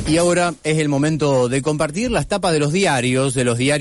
Y ahora es el momento de compartir las tapas de los diarios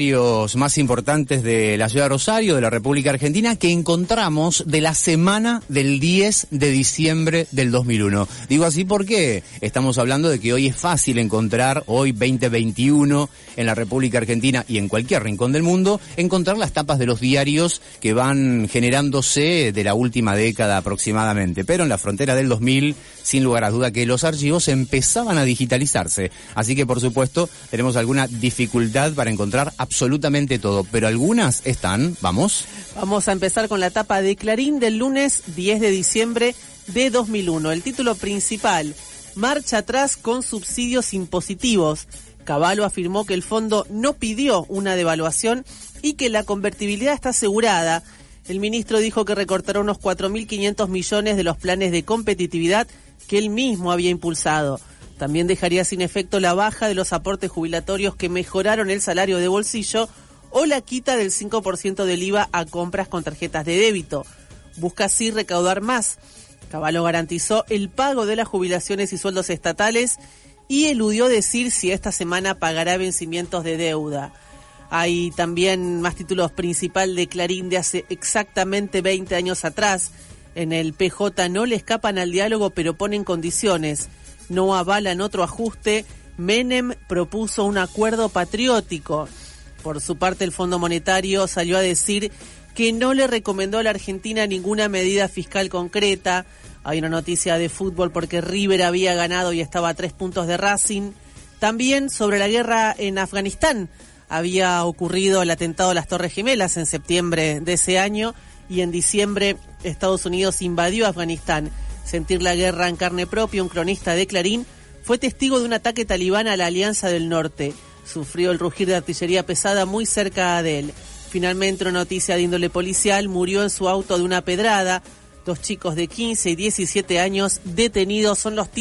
más importantes de la ciudad de Rosario, de la República Argentina, que encontramos de la semana del 10 de diciembre del 2001. Digo así porque estamos hablando de que hoy es fácil encontrar, hoy 2021, en la República Argentina y en cualquier rincón del mundo, encontrar las tapas de los diarios que van generándose de la última década aproximadamente. Pero en la frontera del 2000, sin lugar a duda que los archivos empezaban a digitalizarse. Así que, por supuesto, tenemos alguna dificultad para encontrar absolutamente todo, pero algunas están. Vamos a empezar con la tapa de Clarín del lunes 10 de diciembre de 2001. El título principal: marcha atrás con subsidios impositivos. Cavallo afirmó que el fondo no pidió una devaluación y que la convertibilidad está asegurada. El ministro dijo que recortará unos 4.500 millones de los planes de competitividad que él mismo había impulsado. También dejaría sin efecto la baja de los aportes jubilatorios que mejoraron el salario de bolsillo o la quita del 5% del IVA a compras con tarjetas de débito. Busca así recaudar más. Cavallo garantizó el pago de las jubilaciones y sueldos estatales y eludió decir si esta semana pagará vencimientos de deuda. Hay también más títulos: principal de Clarín de hace exactamente 20 años atrás. En el PJ no le escapan al diálogo, pero ponen condiciones. No avalan otro ajuste. Menem propuso un acuerdo patriótico. Por su parte, el Fondo Monetario salió a decir que no le recomendó a la Argentina ninguna medida fiscal concreta. Hay una noticia de fútbol porque River había ganado y estaba a 3 puntos de Racing. También sobre la guerra en Afganistán. Había ocurrido el atentado a las Torres Gemelas en septiembre de ese año y en diciembre Estados Unidos invadió Afganistán. Sentir la guerra en carne propia, un cronista de Clarín fue testigo de un ataque talibán a la Alianza del Norte. Sufrió el rugir de artillería pesada muy cerca de él. Finalmente, una noticia de índole policial: murió en su auto de una pedrada. 2 chicos de 15 y 17 años detenidos.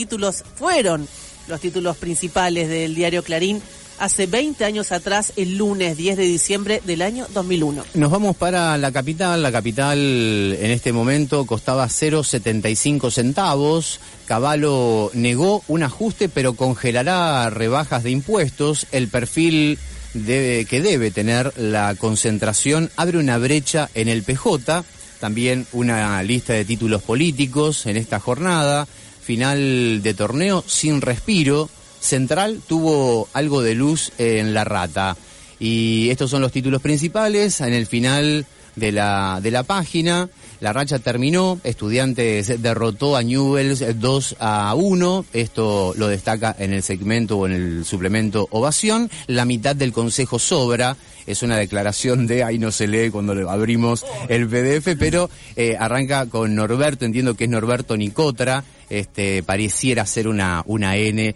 Fueron los títulos principales del diario Clarín hace 20 años atrás, el lunes 10 de diciembre del año 2001. Nos vamos para la capital. La capital en este momento costaba 0,75 centavos. Cavallo negó un ajuste, pero congelará rebajas de impuestos. El perfil que debe tener la concentración abre una brecha en el PJ. También una lista de títulos políticos en esta jornada. Final de torneo sin respiro. Central tuvo algo de luz en la rata. Y estos son los títulos principales. En el final de la página, la racha terminó. Estudiantes derrotó a Newell's 2-1. Esto lo destaca en el segmento o en el suplemento Ovación. La mitad del consejo sobra. Es una declaración ahí no se lee cuando abrimos el PDF, pero arranca con Norberto, entiendo que es Norberto Nicotra. Pareciera ser una N,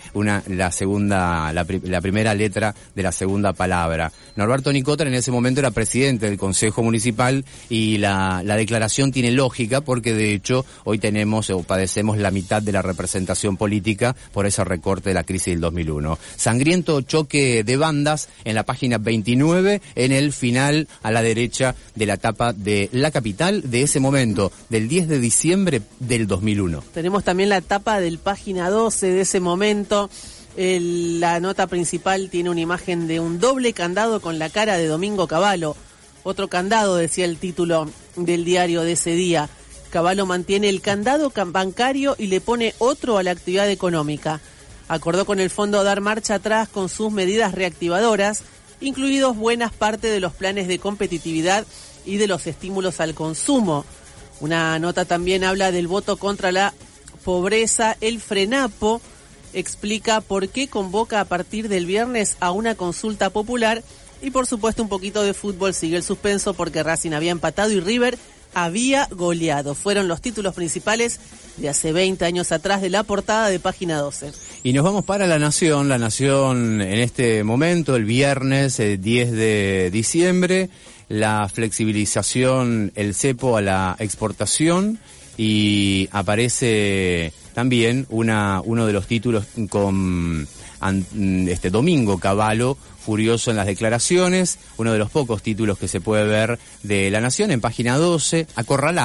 la primera letra de la segunda palabra. Norberto Nicotra en ese momento era presidente del Consejo Municipal y la declaración tiene lógica porque de hecho hoy padecemos la mitad de la representación política por ese recorte de la crisis del 2001. Sangriento choque de bandas en la página 29, en el final a la derecha de la tapa de La Capital de ese momento, del 10 de diciembre del 2001. Tenemos también la tapa del página 12 de ese momento. La nota principal tiene una imagen de un doble candado con la cara de Domingo Cavallo. Otro candado, decía el título del diario de ese día. Cavallo mantiene el candado bancario y le pone otro a la actividad económica. Acordó con el fondo dar marcha atrás con sus medidas reactivadoras, incluidos buenas parte de los planes de competitividad y de los estímulos al consumo. Una nota también habla del voto contra la pobreza. El Frenapo explica por qué convoca a partir del viernes a una consulta popular y por supuesto un poquito de fútbol. Sigue el suspenso porque Racing había empatado y River había goleado. Fueron los títulos principales de hace 20 años atrás de la portada de página 12. Y nos vamos para La Nación. La Nación en este momento, el viernes 10 de diciembre, la flexibilización, el cepo a la exportación, y aparece también uno de los títulos con Domingo Cavallo furioso en las declaraciones, uno de los pocos títulos que se puede ver de La Nación en página 12, acorralado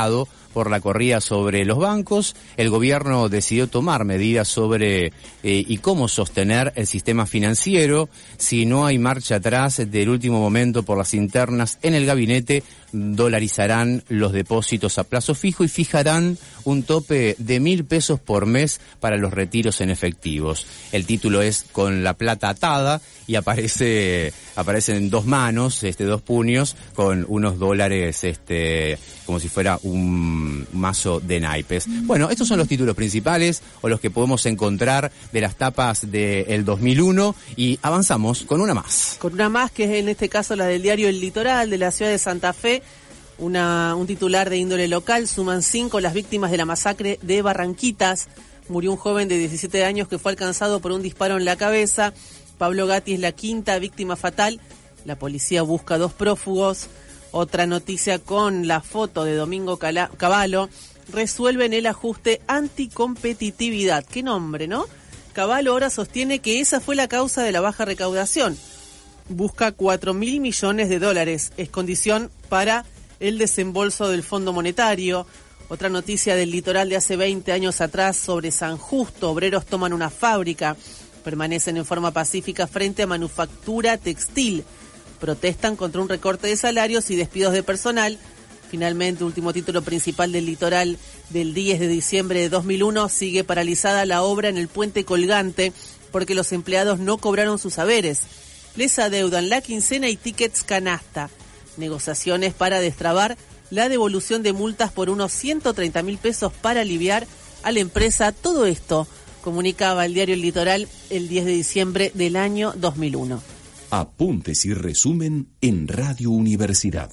por la corrida sobre los bancos, el gobierno decidió tomar medidas sobre y cómo sostener el sistema financiero. Si no hay marcha atrás del último momento por las internas en el gabinete, dolarizarán los depósitos a plazo fijo y fijarán un tope de 1.000 pesos por mes para los retiros en efectivos. El título es Con la plata atada y aparecen dos manos, dos puños con unos dólares, como si fuera un mazo de naipes. Bueno, estos son los títulos principales o los que podemos encontrar de las tapas del 2001 y avanzamos con una más. Con una más, que es en este caso la del diario El Litoral de la ciudad de Santa Fe. Un titular de índole local: suman 5 las víctimas de la masacre de Barranquitas. Murió un joven de 17 años que fue alcanzado por un disparo en la cabeza. Pablo Gatti es la 5ª víctima fatal. La policía busca 2 prófugos. Otra noticia con la foto de Domingo Cavallo: resuelven el ajuste anticompetitividad. Qué nombre, ¿no? Cavallo ahora sostiene que esa fue la causa de la baja recaudación. Busca 4.000 millones de dólares. Es condición para el desembolso del Fondo Monetario. Otra noticia del Litoral de hace 20 años atrás sobre San Justo: obreros toman una fábrica, permanecen en forma pacífica frente a manufactura textil, protestan contra un recorte de salarios y despidos de personal. Finalmente, último título principal del Litoral del 10 de diciembre de 2001, sigue paralizada la obra en el puente colgante porque los empleados no cobraron sus haberes. Les adeudan la quincena y tickets canasta. Negociaciones para destrabar la devolución de multas por unos 130.000 pesos para aliviar a la empresa. Todo esto comunicaba el diario El Litoral el 10 de diciembre del año 2001. Apuntes y resumen en Radio Universidad.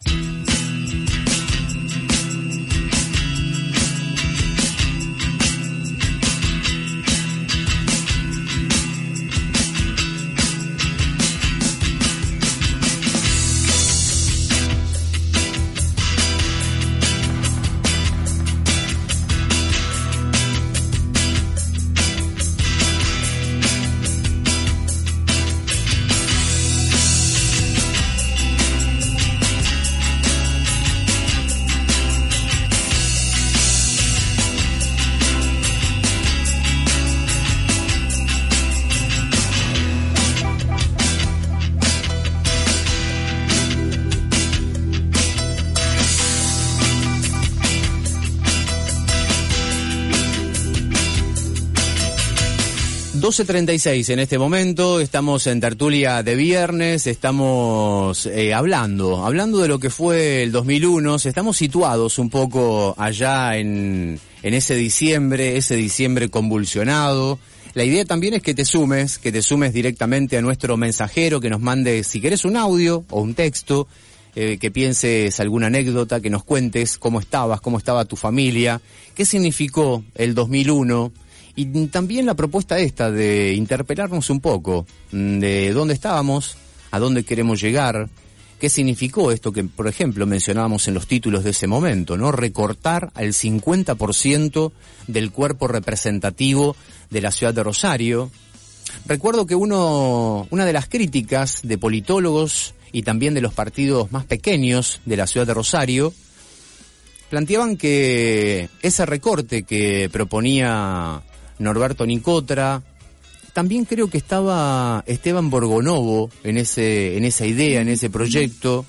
...12:36 en este momento, estamos en tertulia de viernes, estamos hablando de lo que fue el 2001, estamos situados un poco allá en ese diciembre convulsionado. La idea también es que te sumes directamente a nuestro mensajero, que nos mande, si querés, un audio o un texto, que pienses alguna anécdota, que nos cuentes cómo estaba tu familia, qué significó el 2001... Y también la propuesta esta de interpelarnos un poco de dónde estábamos, a dónde queremos llegar, qué significó esto que, por ejemplo, mencionábamos en los títulos de ese momento, ¿no? Recortar al 50% del cuerpo representativo de la ciudad de Rosario. Recuerdo que una de las críticas de politólogos y también de los partidos más pequeños de la ciudad de Rosario planteaban que ese recorte que proponía Norberto Nicotra, también creo que estaba Esteban Borgonovo en esa idea, en ese proyecto,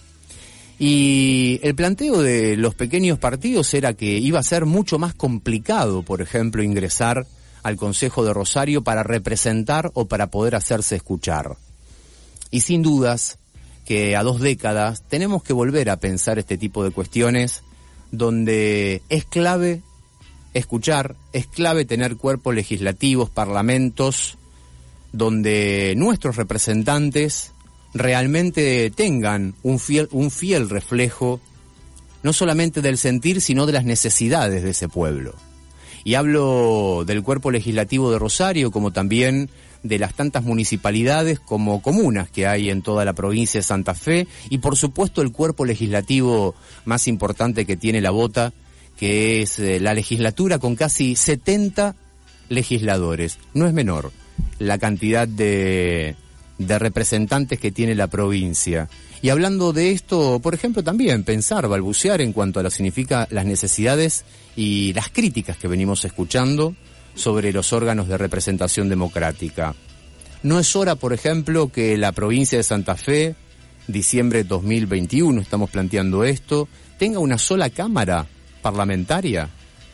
y el planteo de los pequeños partidos era que iba a ser mucho más complicado, por ejemplo, ingresar al Concejo de Rosario para representar o para poder hacerse escuchar. Y sin dudas que a 2 décadas tenemos que volver a pensar este tipo de cuestiones donde es clave escuchar, es clave tener cuerpos legislativos, parlamentos, donde nuestros representantes realmente tengan un fiel reflejo, no solamente del sentir, sino de las necesidades de ese pueblo. Y hablo del cuerpo legislativo de Rosario, como también de las tantas municipalidades como comunas que hay en toda la provincia de Santa Fe, y por supuesto el cuerpo legislativo más importante que tiene la Bota, que es la legislatura, con casi 70 legisladores. No es menor la cantidad de de representantes que tiene la provincia. Y hablando de esto, por ejemplo, también pensar, balbucear en cuanto a lo que significa las necesidades y las críticas que venimos escuchando sobre los órganos de representación democrática. ¿No es hora, por ejemplo, que la provincia de Santa Fe, diciembre de 2021, estamos planteando esto, tenga una sola cámara parlamentaria?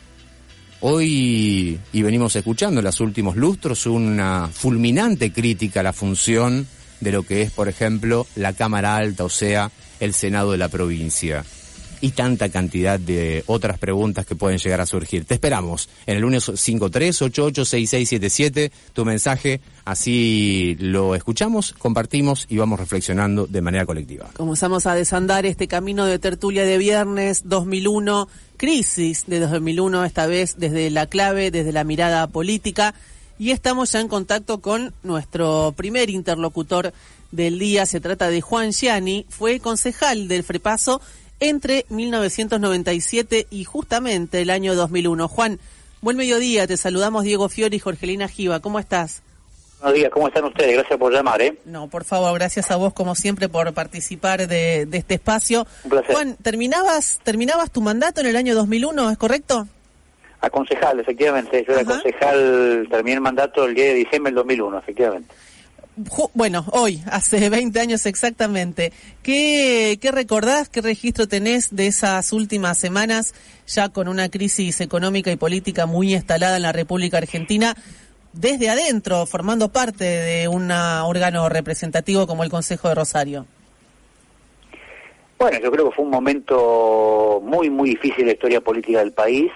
Hoy, y venimos escuchando en los últimos lustros, una fulminante crítica a la función de lo que es, por ejemplo, la Cámara Alta, o sea, el Senado de la provincia. Y tanta cantidad de otras preguntas que pueden llegar a surgir. Te esperamos en el 153-886677, tu mensaje, así lo escuchamos, compartimos y vamos reflexionando de manera colectiva. Comenzamos a desandar este camino de tertulia de viernes 2001, crisis de 2001, esta vez desde la clave, desde la mirada política, y estamos ya en contacto con nuestro primer interlocutor del día. Se trata de Juan Gianni, fue concejal del FREPASO entre 1997 y justamente el año 2001. Juan, buen mediodía, te saludamos Diego Fiori y Jorgelina Giva, ¿cómo estás? Buenos días, ¿cómo están ustedes? Gracias por llamar, No, por favor, gracias a vos como siempre por participar de este espacio. Un placer. Juan, ¿terminabas tu mandato en el año 2001, es correcto? A concejal, efectivamente, yo era concejal, terminé el mandato el 10 de diciembre del 2001, efectivamente. Bueno, hoy, hace 20 años exactamente. ¿Qué recordás, qué registro tenés de esas últimas semanas, ya con una crisis económica y política muy instalada en la República Argentina, desde adentro, formando parte de un órgano representativo como el Consejo de Rosario? Bueno, yo creo que fue un momento muy, muy difícil en la historia política del país.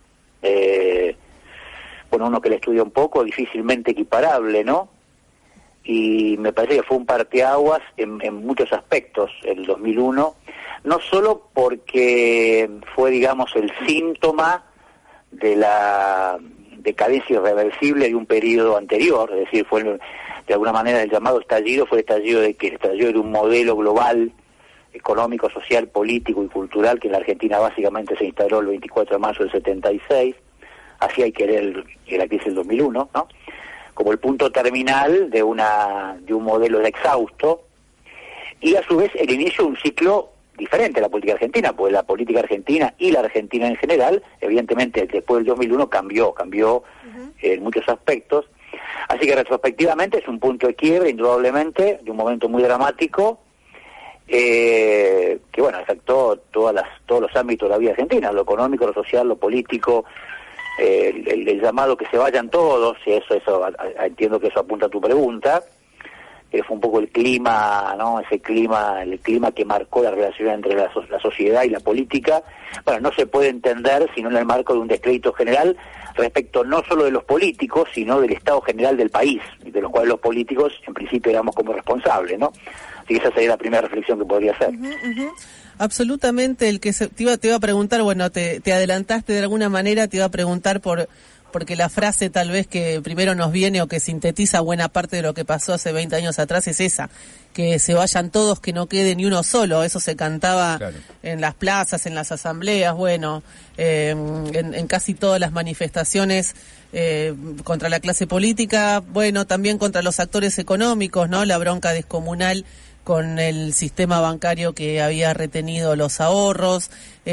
Bueno, uno que le estudia un poco, difícilmente equiparable, ¿no? Y me parece que fue un parteaguas en muchos aspectos el 2001, no solo porque fue, digamos, el síntoma de la decadencia irreversible de un periodo anterior, es decir, fue de alguna manera el llamado estallido, fue el estallido de un modelo global, económico, social, político y cultural que en la Argentina básicamente se instaló el 24 de marzo del 76, así hay que leer la crisis del 2001, ¿no? Como el punto terminal de un modelo exhausto, y a su vez el inicio de un ciclo diferente a la política argentina, pues la política argentina y la Argentina en general, evidentemente después del 2001 cambió en muchos aspectos, así que retrospectivamente es un punto de quiebre indudablemente, de un momento muy dramático, que bueno, afectó todos los ámbitos de la vida argentina, lo económico, lo social, lo político, el llamado que se vayan todos, y eso entiendo que eso apunta a tu pregunta, fue un poco el clima, ¿no? El clima que marcó la relación entre la sociedad y la política. Bueno, no se puede entender sino en el marco de un descrédito general respecto no solo de los políticos, sino del estado general del país, de los cuales los políticos en principio éramos como responsables, ¿no? Así que esa sería la primera reflexión que podría hacer. Absolutamente, te iba a preguntar, bueno, te adelantaste de alguna manera, te iba a preguntar porque la frase tal vez que primero nos viene o que sintetiza buena parte de lo que pasó hace 20 años atrás es esa, que se vayan todos, que no quede ni uno solo. Eso se cantaba en las plazas, en las asambleas, bueno, en casi todas las manifestaciones contra la clase política, bueno, también contra los actores económicos, ¿no? La bronca descomunal con el sistema bancario que había retenido los ahorros.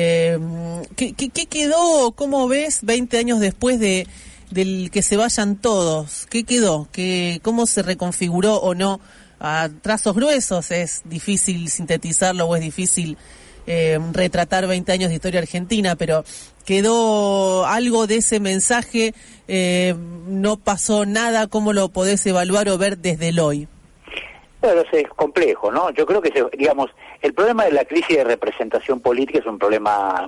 ¿Qué quedó? ¿Cómo ves 20 años después del que se vayan todos? ¿Qué quedó? ¿Cómo se reconfiguró o no? A trazos gruesos es difícil sintetizarlo o es difícil retratar 20 años de historia argentina, pero ¿quedó algo de ese mensaje? ¿No pasó nada? ¿Cómo lo podés evaluar o ver desde el hoy? Bueno, es complejo, ¿no? Yo creo que, digamos, el problema de la crisis de representación política es un problema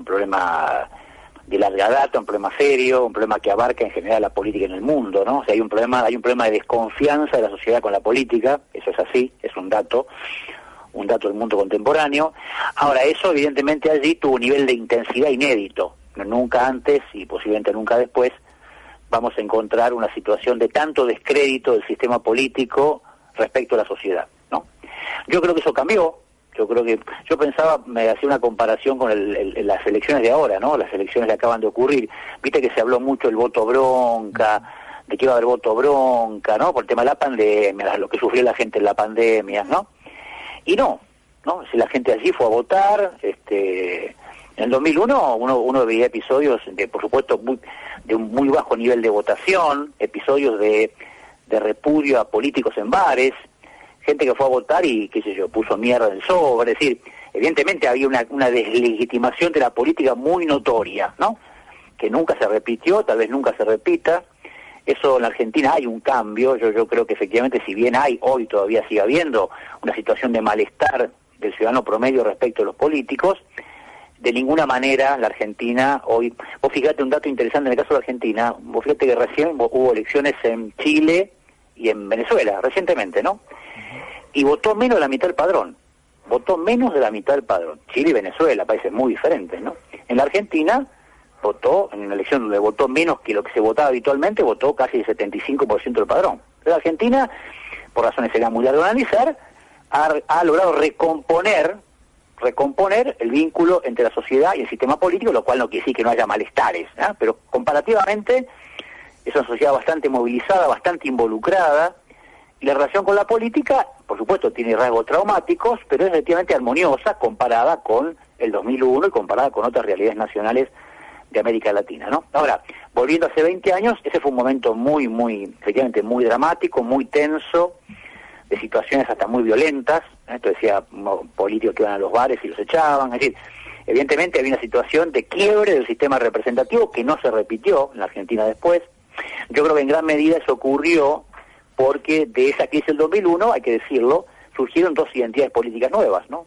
de larga data, un problema serio, un problema que abarca en general la política en el mundo, ¿no? O sea, hay un problema de desconfianza de la sociedad con la política, eso es así, es un dato del mundo contemporáneo. Ahora, eso evidentemente allí tuvo un nivel de intensidad inédito, nunca antes y posiblemente nunca después vamos a encontrar una situación de tanto descrédito del sistema político respecto a la sociedad, ¿no? Yo creo que eso cambió. Yo pensaba, me hacía una comparación con las elecciones de ahora, ¿no? Las elecciones que acaban de ocurrir. Viste que se habló mucho del voto bronca, de que iba a haber voto bronca, ¿no? Por el tema de la pandemia, lo que sufrió la gente en la pandemia, ¿no? Y no, si la gente allí fue a votar, en el 2001 uno veía episodios de, por supuesto, de un muy bajo nivel de votación, episodios de repudio a políticos en bares, gente que fue a votar y, qué sé yo, puso mierda en el sobre, es decir, evidentemente había una deslegitimación de la política muy notoria, ¿no? Que nunca se repitió, tal vez nunca se repita. Eso en la Argentina hay un cambio, yo creo que efectivamente, si bien hoy todavía sigue habiendo una situación de malestar del ciudadano promedio respecto a los políticos, de ninguna manera la Argentina hoy... Vos fíjate un dato interesante en el caso de la Argentina, vos fíjate que recién hubo elecciones en Chile y en Venezuela, recientemente, ¿no? Y votó menos de la mitad del padrón, Chile y Venezuela, países muy diferentes, ¿no? En la Argentina votó, en una elección donde votó menos que lo que se votaba habitualmente, votó casi el 75% del padrón. Pero la Argentina, por razones que será muy largo de analizar, ha logrado recomponer el vínculo entre la sociedad y el sistema político, lo cual no quiere decir que no haya malestares, ¿eh? Pero comparativamente es una sociedad bastante movilizada, bastante involucrada, y la relación con la política, por supuesto, tiene rasgos traumáticos, pero es relativamente armoniosa comparada con el 2001 y comparada con otras realidades nacionales de América Latina, ¿no? Ahora, volviendo hace 20 años, ese fue un momento efectivamente muy dramático, muy tenso, de situaciones hasta muy violentas, ¿eh? Esto decía políticos que iban a los bares y los echaban, es decir, evidentemente había una situación de quiebre del sistema representativo que no se repitió en la Argentina después. Yo creo que en gran medida eso ocurrió porque de esa crisis del 2001, hay que decirlo, surgieron dos identidades políticas nuevas, ¿no?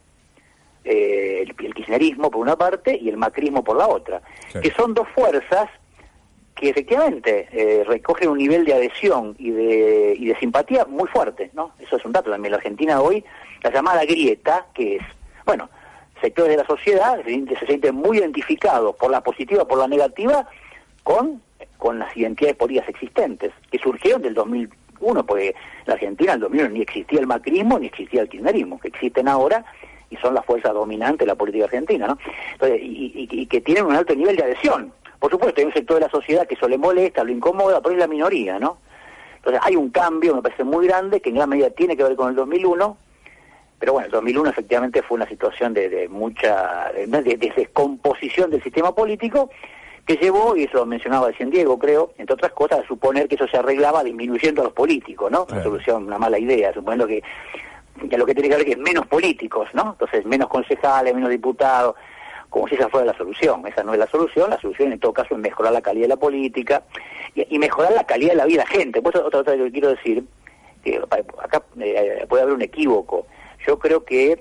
El kirchnerismo por una parte y el macrismo por la otra, sí, que son dos fuerzas que efectivamente recogen un nivel de adhesión y de simpatía muy fuerte, ¿no? Eso es un dato también. La Argentina hoy, la llamada grieta, que es, bueno, sectores de la sociedad se sienten muy identificados por la positiva, por la negativa, con las identidades políticas existentes, que surgieron del 2001, porque en la Argentina en el 2001 ni existía el macrismo ni existía el kirchnerismo, que existen ahora y son las fuerzas dominantes de la política argentina, ¿no? Entonces, y que tienen un alto nivel de adhesión. Por supuesto, hay un sector de la sociedad que eso le molesta, lo incomoda, pero es la minoría, ¿no? Entonces hay un cambio, me parece muy grande, que en gran medida tiene que ver con el 2001, pero bueno, el 2001 efectivamente fue una situación de mucha descomposición del sistema político, que llevó, y eso lo mencionaba recién Diego, creo, entre otras cosas, a suponer que eso se arreglaba disminuyendo a los políticos, ¿no? Una solución, una mala idea, suponiendo que lo que tiene que ver es menos políticos, ¿no? Entonces, menos concejales, menos diputados, como si esa fuera la solución. Esa no es la solución en todo caso es mejorar la calidad de la política y mejorar la calidad de la vida de la gente. Pues otra cosa que quiero decir, que acá puede haber un equívoco. Yo creo que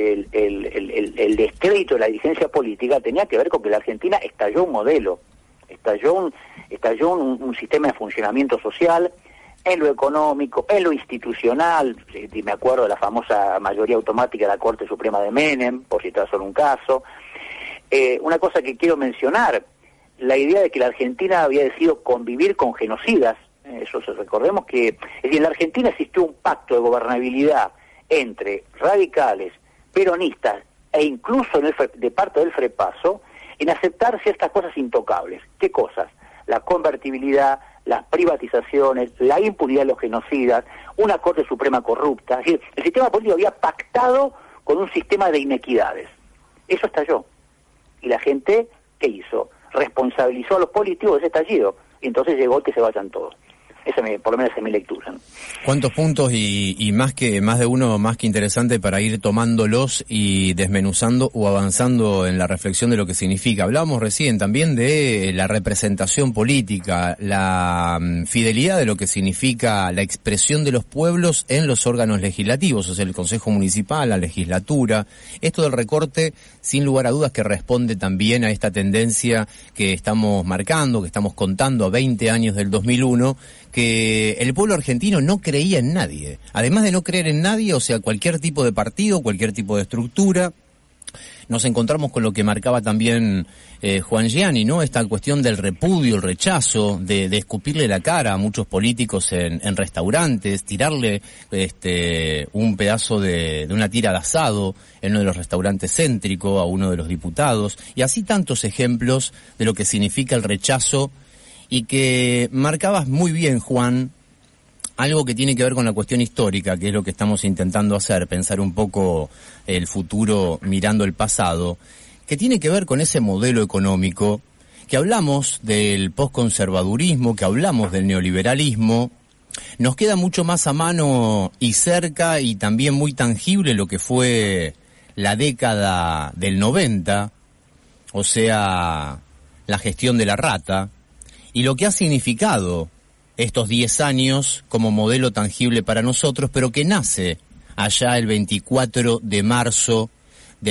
el descrédito de la dirigencia política tenía que ver con que la Argentina estalló un modelo, estalló un sistema de funcionamiento social, en lo económico, en lo institucional. Me acuerdo de la famosa mayoría automática de la Corte Suprema de Menem, por citar solo un caso. Una cosa que quiero mencionar, la idea de que la Argentina había decidido convivir con genocidas. Recordemos que, es decir, en la Argentina existió un pacto de gobernabilidad entre radicales, peronistas e incluso de parte del Frepaso, en aceptar ciertas cosas intocables. ¿Qué cosas? La convertibilidad, las privatizaciones, la impunidad de los genocidas, una Corte Suprema corrupta. Es decir, el sistema político había pactado con un sistema de inequidades. Eso estalló. Y la gente, ¿qué hizo? Responsabilizó a los políticos de ese estallido. Y entonces llegó que se vayan todos. Por lo menos esa es mi lectura, ¿no? ¿Cuántos puntos y más de uno, más que interesante para ir tomándolos y desmenuzando o avanzando en la reflexión de lo que significa? Hablábamos recién también de la representación política, la fidelidad de lo que significa la expresión de los pueblos en los órganos legislativos, o sea, el Consejo Municipal, la legislatura. Esto del recorte, sin lugar a dudas, que responde también a esta tendencia que estamos marcando, que estamos contando a 20 años del 2001, que el pueblo argentino no creía en nadie. Además de no creer en nadie, o sea, cualquier tipo de partido, cualquier tipo de estructura, nos encontramos con lo que marcaba también Juan Gianni, ¿no? Esta cuestión del repudio, el rechazo, de escupirle la cara a muchos políticos en restaurantes, tirarle un pedazo de una tira de asado en uno de los restaurantes céntricos a uno de los diputados, y así tantos ejemplos de lo que significa el rechazo y que marcabas muy bien, Juan, algo que tiene que ver con la cuestión histórica, que es lo que estamos intentando hacer, pensar un poco el futuro mirando el pasado, que tiene que ver con ese modelo económico, que hablamos del posconservadurismo, que hablamos del neoliberalismo. Nos queda mucho más a mano y cerca y también muy tangible lo que fue la década del 90, o sea, la gestión de la rata, y lo que ha significado estos 10 años como modelo tangible para nosotros, pero que nace allá el 24 de marzo de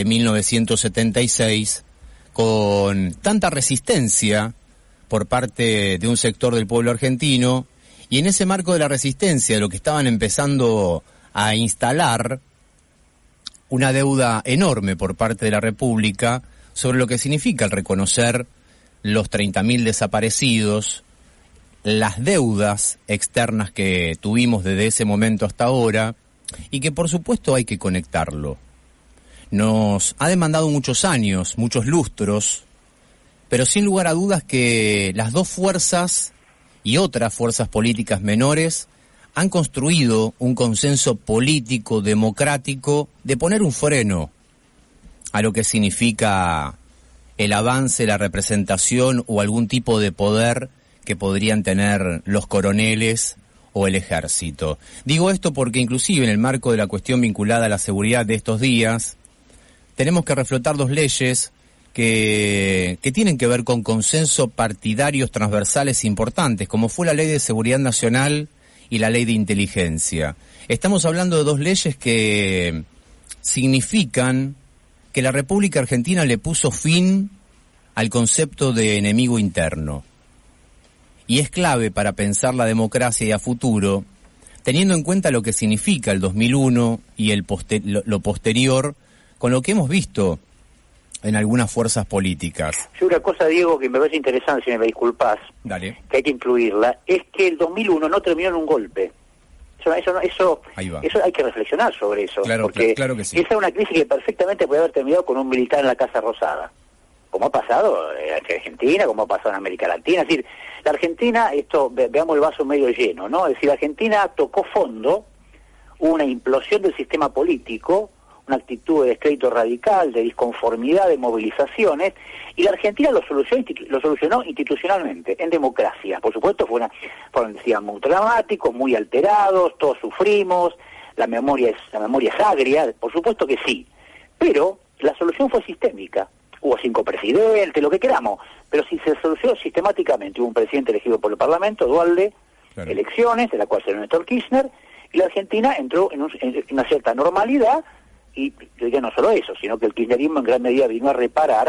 1976, con tanta resistencia por parte de un sector del pueblo argentino, y en ese marco de la resistencia, de lo que estaban empezando a instalar una deuda enorme por parte de la República sobre lo que significa el reconocer los 30.000 desaparecidos, las deudas externas que tuvimos desde ese momento hasta ahora, y que por supuesto hay que conectarlo. Nos ha demandado muchos años, muchos lustros, pero sin lugar a dudas que las dos fuerzas y otras fuerzas políticas menores han construido un consenso político democrático de poner un freno a lo que significa el avance, la representación o algún tipo de poder que podrían tener los coroneles o el ejército. Digo esto porque inclusive en el marco de la cuestión vinculada a la seguridad de estos días, tenemos que reflotar dos leyes que tienen que ver con consenso partidarios transversales importantes, como fue la Ley de Seguridad Nacional y la Ley de Inteligencia. Estamos hablando de dos leyes que significan que la República Argentina le puso fin al concepto de enemigo interno. Y es clave para pensar la democracia y a futuro, teniendo en cuenta lo que significa el 2001 y lo posterior, con lo que hemos visto en algunas fuerzas políticas. Sí, una cosa, Diego, que me parece interesante, si me disculpas, Dale. que hay que incluirla, es que el 2001 no terminó en un golpe. Eso hay que reflexionar sobre eso, claro, porque claro que sí. Esa es una crisis que perfectamente puede haber terminado con un militar en la Casa Rosada, como ha pasado en Argentina, como ha pasado en América Latina. Es decir, la Argentina, veamos el vaso medio lleno, ¿no? Es decir, la Argentina tocó fondo, hubo una implosión del sistema político, una actitud de descrédito radical, de disconformidad, de movilizaciones, y la Argentina lo solucionó institucionalmente, en democracia. Por supuesto, fueron días muy dramáticos, muy alterados, todos sufrimos, la memoria es agria, por supuesto que sí, pero la solución fue sistémica. Hubo 5 presidentes, lo que queramos, pero si se solucionó sistemáticamente, hubo un presidente elegido por el Parlamento, Duhalde, claro, elecciones, de la cual salió Néstor Kirchner, y la Argentina entró en una cierta normalidad. Y yo diría no solo eso, sino que el kirchnerismo en gran medida vino a reparar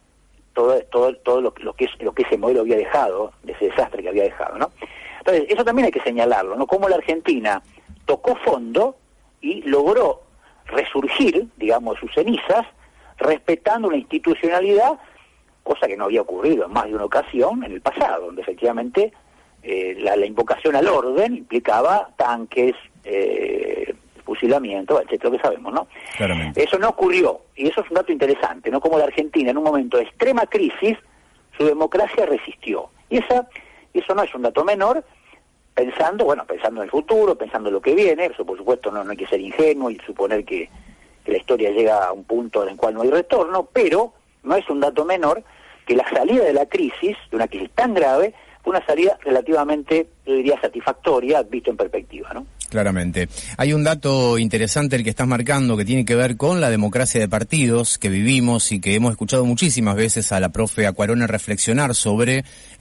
todo lo que ese modelo había dejado, de ese desastre que había dejado, ¿no? Entonces, eso también hay que señalarlo, ¿no? Cómo la Argentina tocó fondo y logró resurgir, digamos, sus cenizas, respetando una institucionalidad, cosa que no había ocurrido en más de una ocasión en el pasado, donde efectivamente la invocación al orden implicaba tanques, fusilamiento, etcétera, lo que sabemos, ¿no? Claramente. Eso no ocurrió, y eso es un dato interesante, ¿no? Como la Argentina, en un momento de extrema crisis, su democracia resistió. Y eso no es un dato menor, pensando en el futuro, pensando en lo que viene. Eso, por supuesto, no hay que ser ingenuo y suponer que la historia llega a un punto en el cual no hay retorno, pero no es un dato menor que la salida de la crisis, de una crisis tan grave, fue una salida relativamente, yo diría, satisfactoria, visto en perspectiva, ¿no? Claramente. Hay un dato interesante el que estás marcando que tiene que ver con la democracia de partidos que vivimos y que hemos escuchado muchísimas veces a la profe Aquarone reflexionar sobre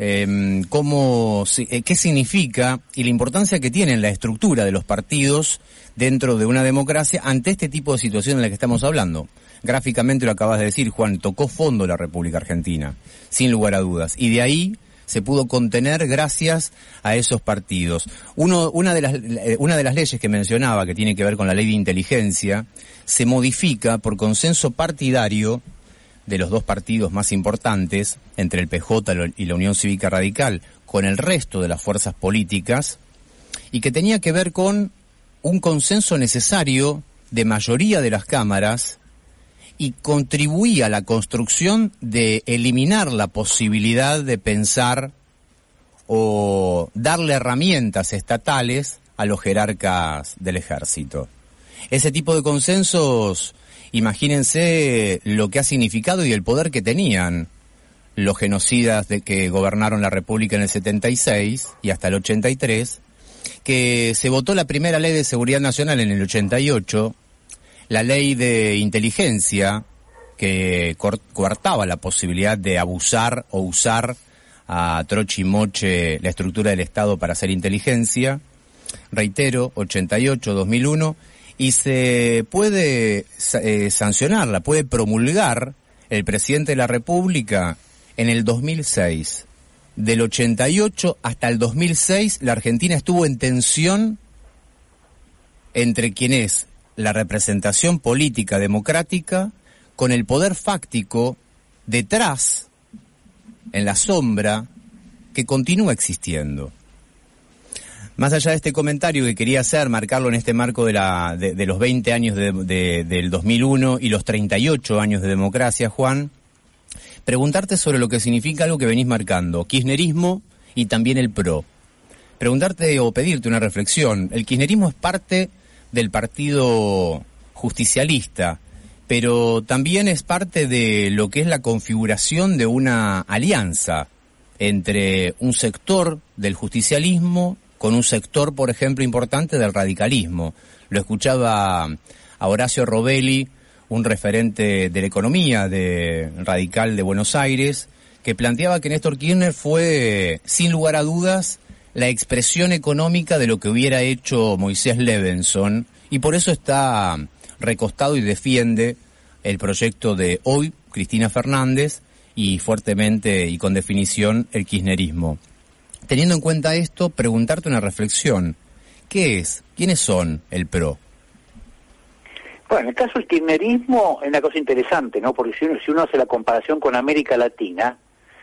qué significa y la importancia que tiene la estructura de los partidos dentro de una democracia ante este tipo de situación en la que estamos hablando. Gráficamente lo acabas de decir, Juan, tocó fondo la República Argentina, sin lugar a dudas. Y de ahí se pudo contener gracias a esos partidos. Una de las leyes que mencionaba, que tiene que ver con la Ley de Inteligencia, se modifica por consenso partidario de los dos partidos más importantes, entre el PJ y la Unión Cívica Radical, con el resto de las fuerzas políticas, y que tenía que ver con un consenso necesario de mayoría de las cámaras y contribuía a la construcción de eliminar la posibilidad de pensar o darle herramientas estatales a los jerarcas del ejército. Ese tipo de consensos, imagínense lo que ha significado y el poder que tenían los genocidas que gobernaron la República en el 76 y hasta el 83, que se votó la primera ley de seguridad nacional en el 88, la ley de inteligencia que coartaba la posibilidad de abusar o usar a troche y moche la estructura del Estado para hacer inteligencia, reitero, 88, 2001, y se puede sancionarla, puede promulgar el presidente de la República en el 2006. Del 88 hasta el 2006, la Argentina estuvo en tensión entre quien es la representación política democrática con el poder fáctico detrás, en la sombra, que continúa existiendo. Más allá de este comentario que quería hacer, marcarlo en este marco de los 20 años del 2001 y los 38 años de democracia, Juan, preguntarte sobre lo que significa algo que venís marcando, kirchnerismo y también el PRO. Preguntarte o pedirte una reflexión. El kirchnerismo es parte del partido justicialista, pero también es parte de lo que es la configuración de una alianza entre un sector del justicialismo con un sector, por ejemplo, importante del radicalismo. Lo escuchaba a Horacio Robelli, un referente de la economía radical de Buenos Aires, que planteaba que Néstor Kirchner fue, sin lugar a dudas, la expresión económica de lo que hubiera hecho Moisés Levenson, y por eso está recostado y defiende el proyecto de hoy Cristina Fernández y fuertemente y con definición el kirchnerismo. Teniendo en cuenta esto, preguntarte una reflexión. ¿Qué es? ¿Quiénes son el PRO? Bueno, en el caso del kirchnerismo es una cosa interesante, ¿no? Porque si uno hace la comparación con América Latina,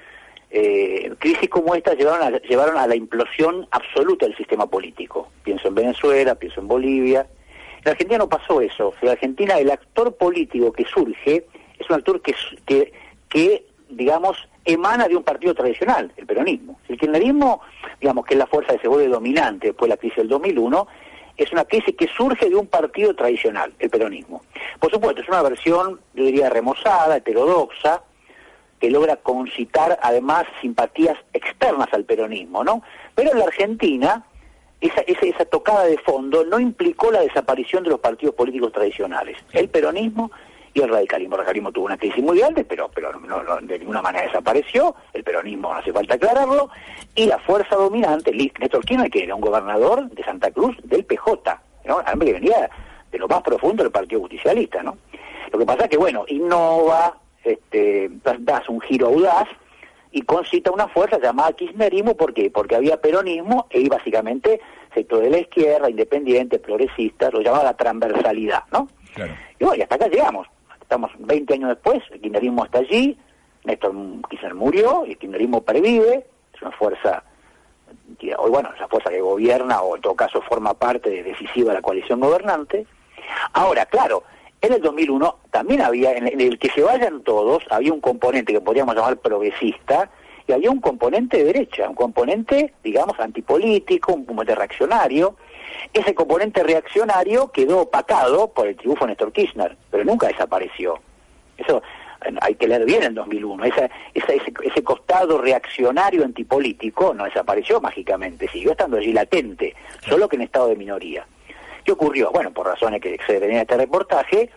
crisis como esta llevaron a la implosión absoluta del sistema político. Pienso en Venezuela, pienso en Bolivia. En Argentina no pasó eso. En Argentina el actor político que surge es un actor que digamos, emana de un partido tradicional, el peronismo. El kirchnerismo, digamos, que es la fuerza que se vuelve dominante después de la crisis del 2001, es una crisis que surge de un partido tradicional, el peronismo. Por supuesto, es una versión, yo diría, remozada, heterodoxa, que logra concitar además simpatías externas al peronismo, ¿no? Pero en la Argentina, esa tocada de fondo no implicó la desaparición de los partidos políticos tradicionales. El peronismo y el radicalismo. El radicalismo tuvo una crisis muy grande, pero no, de ninguna manera desapareció. El peronismo, no hace falta aclararlo. Y la fuerza dominante, Néstor Kirchner, que era un gobernador de Santa Cruz del PJ, ¿no? Hombre que venía de lo más profundo del Partido Justicialista, ¿no? Lo que pasa es que, bueno, innova, das un giro audaz y concita una fuerza llamada kirchnerismo. ¿Por qué? Porque había peronismo y básicamente sector de la izquierda, independientes, progresistas, lo llamaba la transversalidad, ¿no? Claro. Y bueno, y hasta acá llegamos. Estamos 20 años después, el kirchnerismo está allí, Néstor Kirchner murió y el kirchnerismo pervive, es una fuerza, hoy bueno, es la fuerza que gobierna o en todo caso forma parte decisiva de la coalición gobernante. Ahora, claro, en el 2001 también había, en el que se vayan todos, había un componente que podríamos llamar progresista y había un componente de derecha, un componente, digamos, antipolítico, un componente reaccionario. Ese componente reaccionario quedó opacado por el triunfo de Néstor Kirchner, pero nunca desapareció. Eso hay que leer bien en 2001. Ese costado reaccionario antipolítico no desapareció mágicamente, siguió estando allí latente, solo que en estado de minoría. ¿Qué ocurrió? Bueno, por razones que se ven en este reportaje,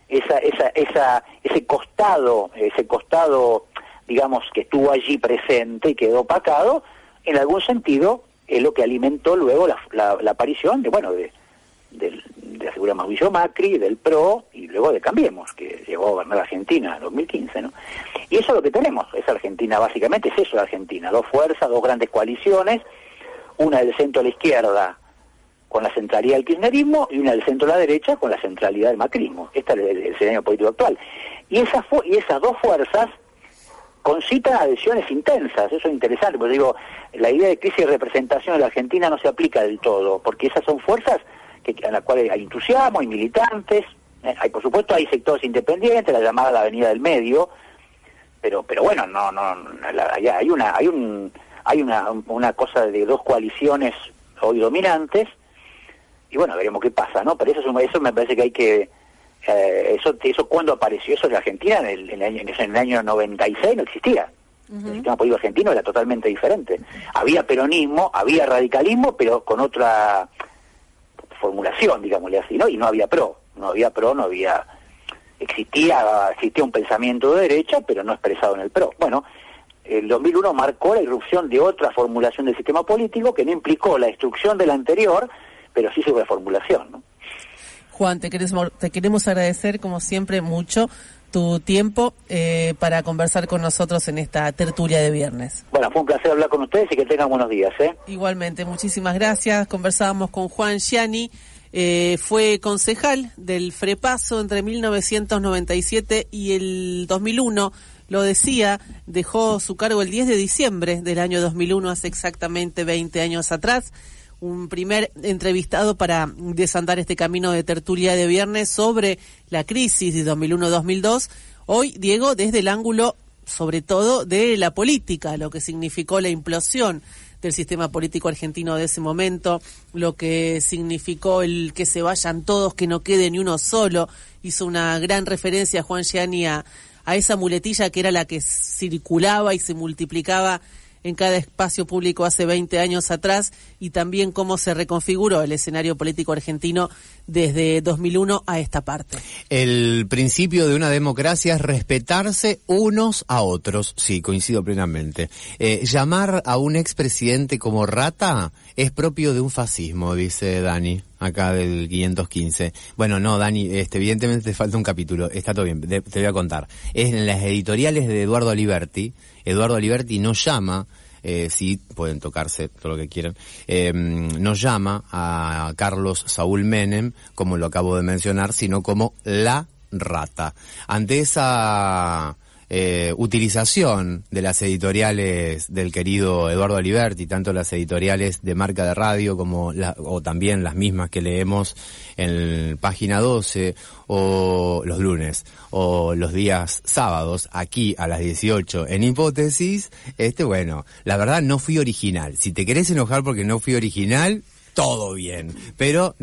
ese costado, digamos, que estuvo allí presente y quedó opacado, en algún sentido es lo que alimentó luego la aparición de la figura de Mauricio Macri, del PRO y luego de Cambiemos, que llegó a gobernar Argentina en 2015, ¿no? Y eso es lo que tenemos, es Argentina, básicamente es eso de Argentina, dos fuerzas, dos grandes coaliciones, una del centro a la izquierda con la centralidad del kirchnerismo y una del centro a la derecha con la centralidad del macrismo. Este es el escenario político actual. Y esas dos fuerzas concitan adhesiones intensas, eso es interesante, porque digo, la idea de crisis de representación en la Argentina no se aplica del todo, porque esas son fuerzas en las cuales hay entusiasmo, hay militantes, por supuesto hay sectores independientes, la llamada la Avenida del Medio, pero bueno, hay hay una cosa de dos coaliciones hoy dominantes, y bueno, veremos qué pasa, ¿no? Pero eso me parece que hay que... eso ¿cuándo apareció? Eso en la Argentina, en el año 96 no existía. El sistema político argentino era totalmente diferente. Había peronismo, había radicalismo, pero con otra formulación, digámosle así, ¿no? Y no había PRO. Existía un pensamiento de derecha, pero no expresado en el PRO. Bueno, el 2001 marcó la irrupción de otra formulación del sistema político que no implicó la destrucción de la anterior, pero sí su reformulación, ¿no? Juan, te queremos agradecer, como siempre, mucho tu tiempo para conversar con nosotros en esta tertulia de viernes. Bueno, fue un placer hablar con ustedes y que tengan buenos días, ¿eh? Igualmente, muchísimas gracias. Conversábamos con Juan Gianni, fue concejal del FREPASO entre 1997 y el 2001. Lo decía, dejó su cargo el 10 de diciembre del año 2001, hace exactamente 20 años atrás. Un primer entrevistado para desandar este camino de tertulia de viernes sobre la crisis de 2001-2002. Hoy, Diego, desde el ángulo, sobre todo, de la política, lo que significó la implosión del sistema político argentino de ese momento, lo que significó el que se vayan todos, que no quede ni uno solo. Hizo una gran referencia Juan Gianni a esa muletilla que era la que circulaba y se multiplicaba en cada espacio público hace 20 años atrás, y también cómo se reconfiguró el escenario político argentino desde 2001 a esta parte. El principio de una democracia es respetarse unos a otros. Sí, coincido plenamente. Llamar a un expresidente como rata es propio de un fascismo, dice Dani, acá del 515. Bueno, no, Dani, evidentemente te falta un capítulo. Está todo bien, te voy a contar. Es en las editoriales de Eduardo Aliberti. Eduardo Aliberti nos llama, sí, pueden tocarse todo lo que quieran, nos llama a Carlos Saúl Menem, como lo acabo de mencionar, sino como la rata. Ante esa utilización de las editoriales del querido Eduardo Aliberti, tanto las editoriales de Marca de Radio como o también las mismas que leemos en Página 12 o los lunes o los días sábados aquí a las 18 en Hipótesis, bueno, la verdad no fui original. Si te querés enojar porque no fui original, todo bien, pero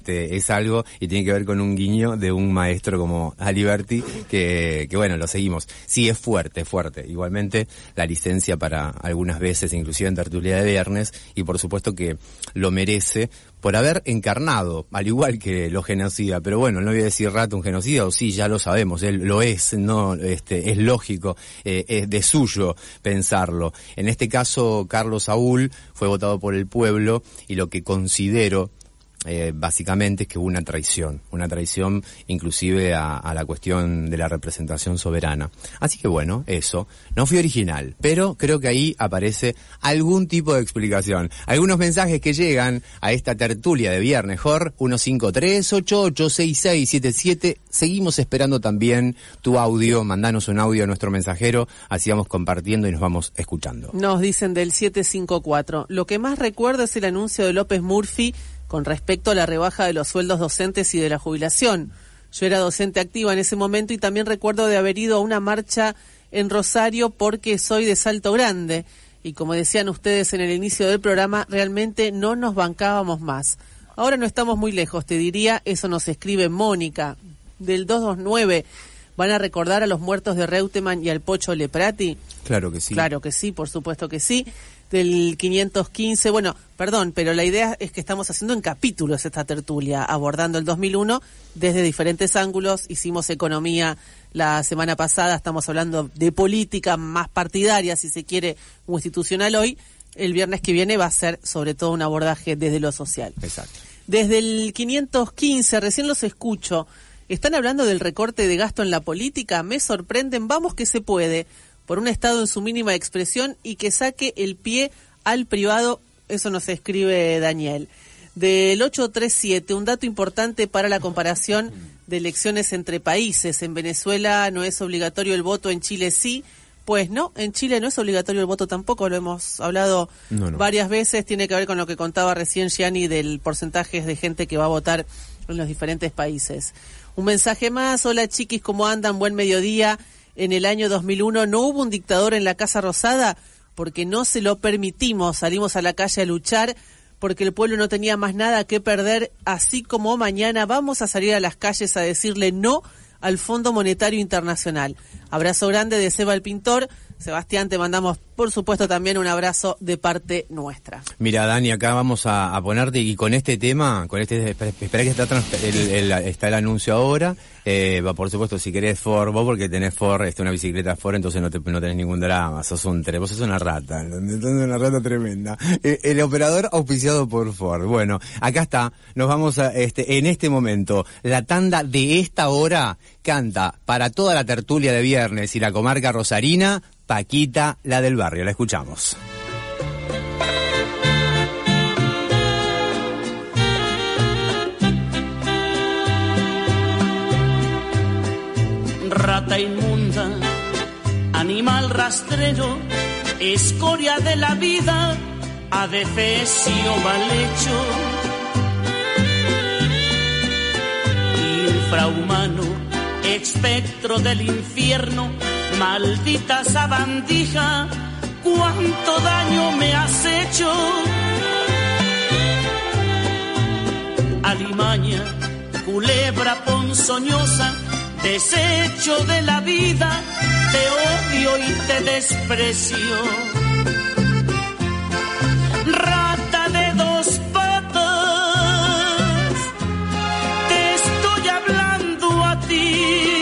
es algo y tiene que ver con un guiño de un maestro como Aliberti que bueno, lo seguimos. Sí, es fuerte. Igualmente la licencia para algunas veces, inclusive en tertulia de viernes, y por supuesto que lo merece por haber encarnado, al igual que lo genocida, pero bueno, no voy a decir rata un genocida, o sí, ya lo sabemos, él lo es, no, es lógico, es de suyo pensarlo. En este caso, Carlos Saúl fue votado por el pueblo, y lo que considero básicamente es que hubo una traición inclusive a la cuestión de la representación soberana. Así que bueno, eso, no fui original, pero creo que ahí aparece algún tipo de explicación. Algunos mensajes que llegan a esta tertulia de viernes, Jor, 153-886677, seguimos esperando también tu audio, mandanos un audio a nuestro mensajero, así vamos compartiendo y nos vamos escuchando. Nos dicen del 754, lo que más recuerdo es el anuncio de López Murphy con respecto a la rebaja de los sueldos docentes y de la jubilación. Yo era docente activa en ese momento y también recuerdo de haber ido a una marcha en Rosario porque soy de Salto Grande. Y como decían ustedes en el inicio del programa, realmente no nos bancábamos más. Ahora no estamos muy lejos, te diría, eso nos escribe Mónica, del 229. ¿Van a recordar a los muertos de Reutemann y al Pocho Leprati? Claro que sí. Claro que sí, por supuesto que sí. Del 515, bueno, perdón, pero la idea es que estamos haciendo en capítulos esta tertulia, abordando el 2001 desde diferentes ángulos. Hicimos economía la semana pasada, estamos hablando de política más partidaria, si se quiere, o institucional hoy. El viernes que viene va a ser sobre todo un abordaje desde lo social. Exacto. Desde el 515, recién los escucho, están hablando del recorte de gasto en la política, me sorprenden, vamos que se puede, por un Estado en su mínima expresión y que saque el pie al privado, eso nos escribe Daniel. Del 837, un dato importante para la comparación de elecciones entre países. En Venezuela no es obligatorio el voto, en Chile sí. Pues no, en Chile no es obligatorio el voto tampoco, lo hemos hablado varias veces, tiene que ver con lo que contaba recién Gianni del porcentaje de gente que va a votar en los diferentes países. Un mensaje más, hola chiquis, ¿cómo andan? Buen mediodía. En el año 2001 no hubo un dictador en la Casa Rosada, porque no se lo permitimos. Salimos a la calle a luchar porque el pueblo no tenía más nada que perder, así como mañana vamos a salir a las calles a decirle no al Fondo Monetario Internacional. Abrazo grande de Seba el Pintor. Sebastián, te mandamos, por supuesto, también un abrazo de parte nuestra. Mira, Dani, acá vamos a ponerte, y con este tema, espera que está el anuncio ahora, por supuesto, si querés Ford, vos porque tenés Ford, una bicicleta Ford, entonces no tenés ningún drama, vos sos una rata, tremenda. El operador auspiciado por Ford. Bueno, acá está, nos vamos a, en este momento, la tanda de esta hora canta para toda la tertulia de viernes y la comarca rosarina, Paquita, la del barrio. La escuchamos. Rata inmunda, animal rastrero, escoria de la vida, adefesio mal hecho, infrahumano, espectro del infierno, maldita sabandija, cuánto daño me has hecho. Alimaña, culebra ponzoñosa, desecho de la vida, te odio y te desprecio. Rata de dos patas, te estoy hablando a ti,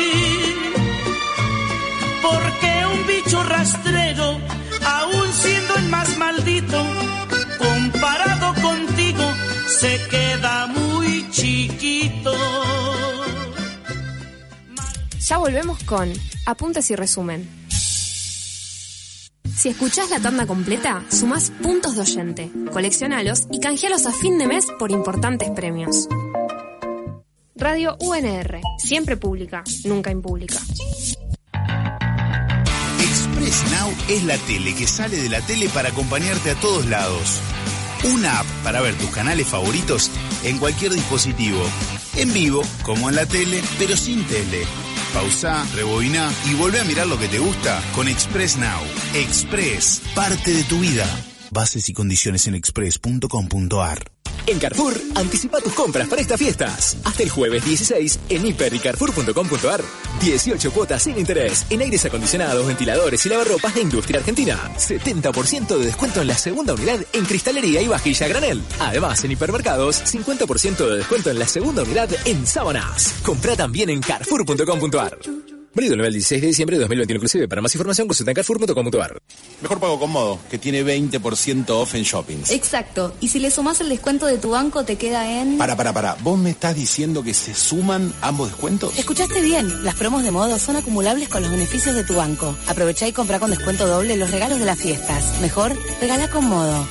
porque un bicho rastrero, aún siendo el más maldito, comparado contigo, se queda muy chiquito. Ya volvemos con Apuntes y Resumen. Si escuchás la tanda completa, sumás puntos de oyente, coleccionalos y canjealos a fin de mes por importantes premios. Radio UNR, siempre pública, nunca impública. Express Now es la tele que sale de la tele para acompañarte a todos lados. Una app para ver tus canales favoritos en cualquier dispositivo. En vivo, como en la tele, pero sin tele. Pausá, rebobiná y volvé a mirar lo que te gusta con Express Now. Express, parte de tu vida. Bases y condiciones en express.com.ar. En Carrefour, anticipa tus compras para estas fiestas. Hasta el jueves 16 en hiper y carrefour.com.ar. 18 cuotas sin interés en aires acondicionados, ventiladores y lavarropas de Industria Argentina. 70% de descuento en la segunda unidad en cristalería y vajilla granel. Además, en hipermercados, 50% de descuento en la segunda unidad en sábanas. Comprá también en carrefour.com.ar. Válido el 16 de diciembre de 2021 inclusive. Para más información consulta en carrefour.com.ar. Mejor pago con Modo, que tiene 20% off en shoppings. Exacto. Y si le sumás el descuento de tu banco, te queda en... Para. ¿Vos me estás diciendo que se suman ambos descuentos? Escuchaste bien. Las promos de Modo son acumulables con los beneficios de tu banco. Aprovechá y comprá con descuento doble los regalos de las fiestas. Mejor, regala con Modo.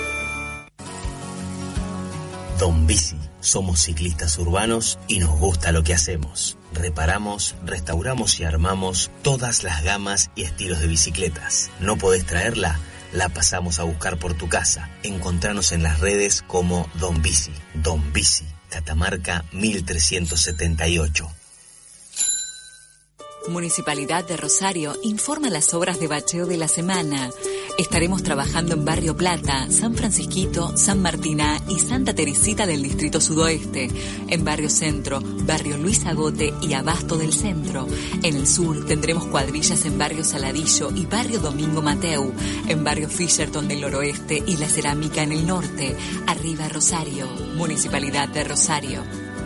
Don Bici. Somos ciclistas urbanos y nos gusta lo que hacemos. Reparamos, restauramos y armamos todas las gamas y estilos de bicicletas. ¿No podés traerla? La pasamos a buscar por tu casa. Encontranos en las redes como Don Bici. Don Bici, Catamarca 1378. Municipalidad de Rosario informa las obras de bacheo de la semana. Estaremos trabajando en Barrio Plata, San Francisquito, San Martina y Santa Teresita del Distrito Sudoeste. En Barrio Centro, Barrio Luis Agote y Abasto del Centro. En el sur tendremos cuadrillas en Barrio Saladillo y Barrio Domingo Mateu. En Barrio Fisherton del Noroeste y La Cerámica en el norte. Arriba Rosario, Municipalidad de Rosario.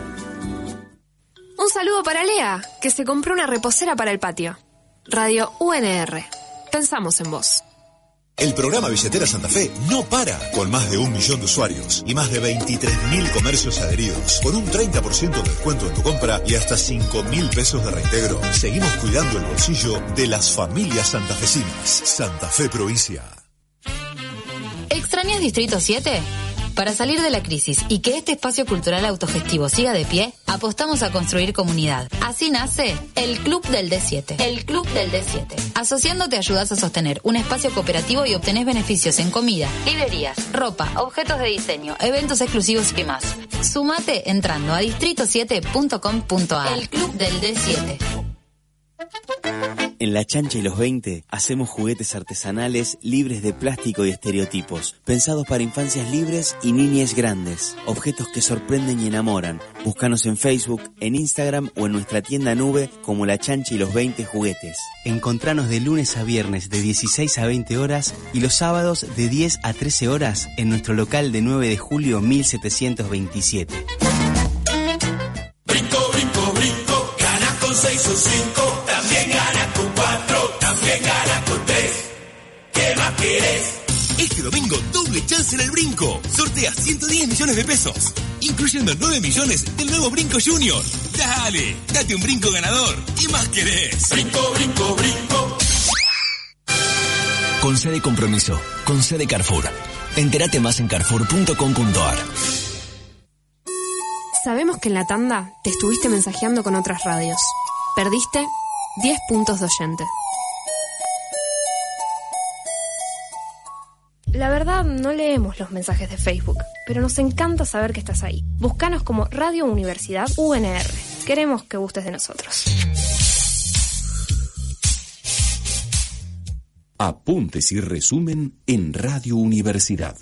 Un saludo para Lea, que se compró una reposera para el patio. Radio UNR. Pensamos en vos. El programa Billetera Santa Fe no para, con más de 1 millón de usuarios y más de 23.000 comercios adheridos, con un 30% de descuento en tu compra y hasta 5.000 pesos de reintegro. Seguimos cuidando el bolsillo de las familias santafesinas. Santa Fe Provincia. ¿Extrañas Distrito 7? Para salir de la crisis y que este espacio cultural autogestivo siga de pie, apostamos a construir comunidad. Así nace el Club del D7. El Club del D7. Asociándote ayudas a sostener un espacio cooperativo y obtenés beneficios en comida, librerías, ropa, objetos de diseño, eventos exclusivos y más. Sumate entrando a distrito7.com.ar. El Club del D7. En La Chancha y los 20 hacemos juguetes artesanales libres de plástico y estereotipos, pensados para infancias libres y niñez grandes. Objetos que sorprenden y enamoran. Búscanos en Facebook, en Instagram o en nuestra tienda nube como La Chancha y los 20 Juguetes. Encontranos de lunes a viernes de 16 a 20 horas y los sábados de 10 a 13 horas en nuestro local de 9 de julio 1727. Brinco, brinco, brinco, gana con 6 o 5, también gana con 4, también gana con 3. ¿Qué más quieres? Este domingo, doble chance en el Brinco. Sortea 110 millones de pesos, incluyendo 9 millones del nuevo Brinco Junior. Dale, date un brinco ganador. ¿Qué más querés? Brinco, brinco, brinco. Con C de compromiso, con C de Carrefour. Entérate más en carrefour.com.ar. Sabemos que en la tanda te estuviste mensajeando con otras radios. Perdiste 10 puntos de oyente. La verdad, no leemos los mensajes de Facebook, pero nos encanta saber que estás ahí. Búscanos como Radio Universidad UNR. Queremos que gustes de nosotros. Apuntes y resumen en Radio Universidad.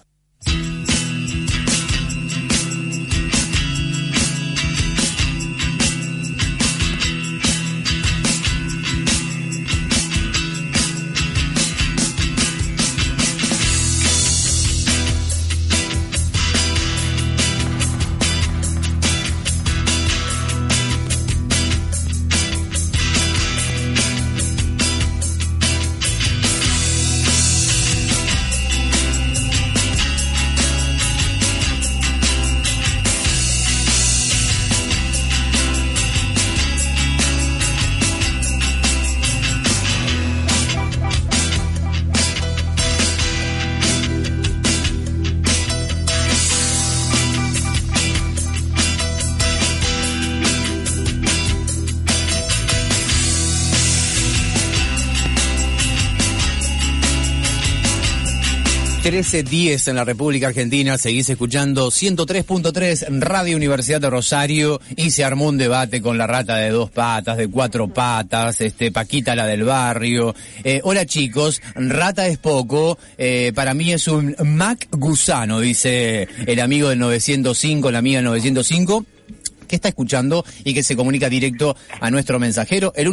...13:10 en la República Argentina, seguís escuchando 103.3 Radio Universidad de Rosario y se armó un debate con la rata de 2 patas, de 4 patas, Paquita la del barrio. Hola chicos, rata es poco, para mí es un Mac gusano, dice el amigo del 905, la amiga del 905. Que está escuchando y que se comunica directo a nuestro mensajero, el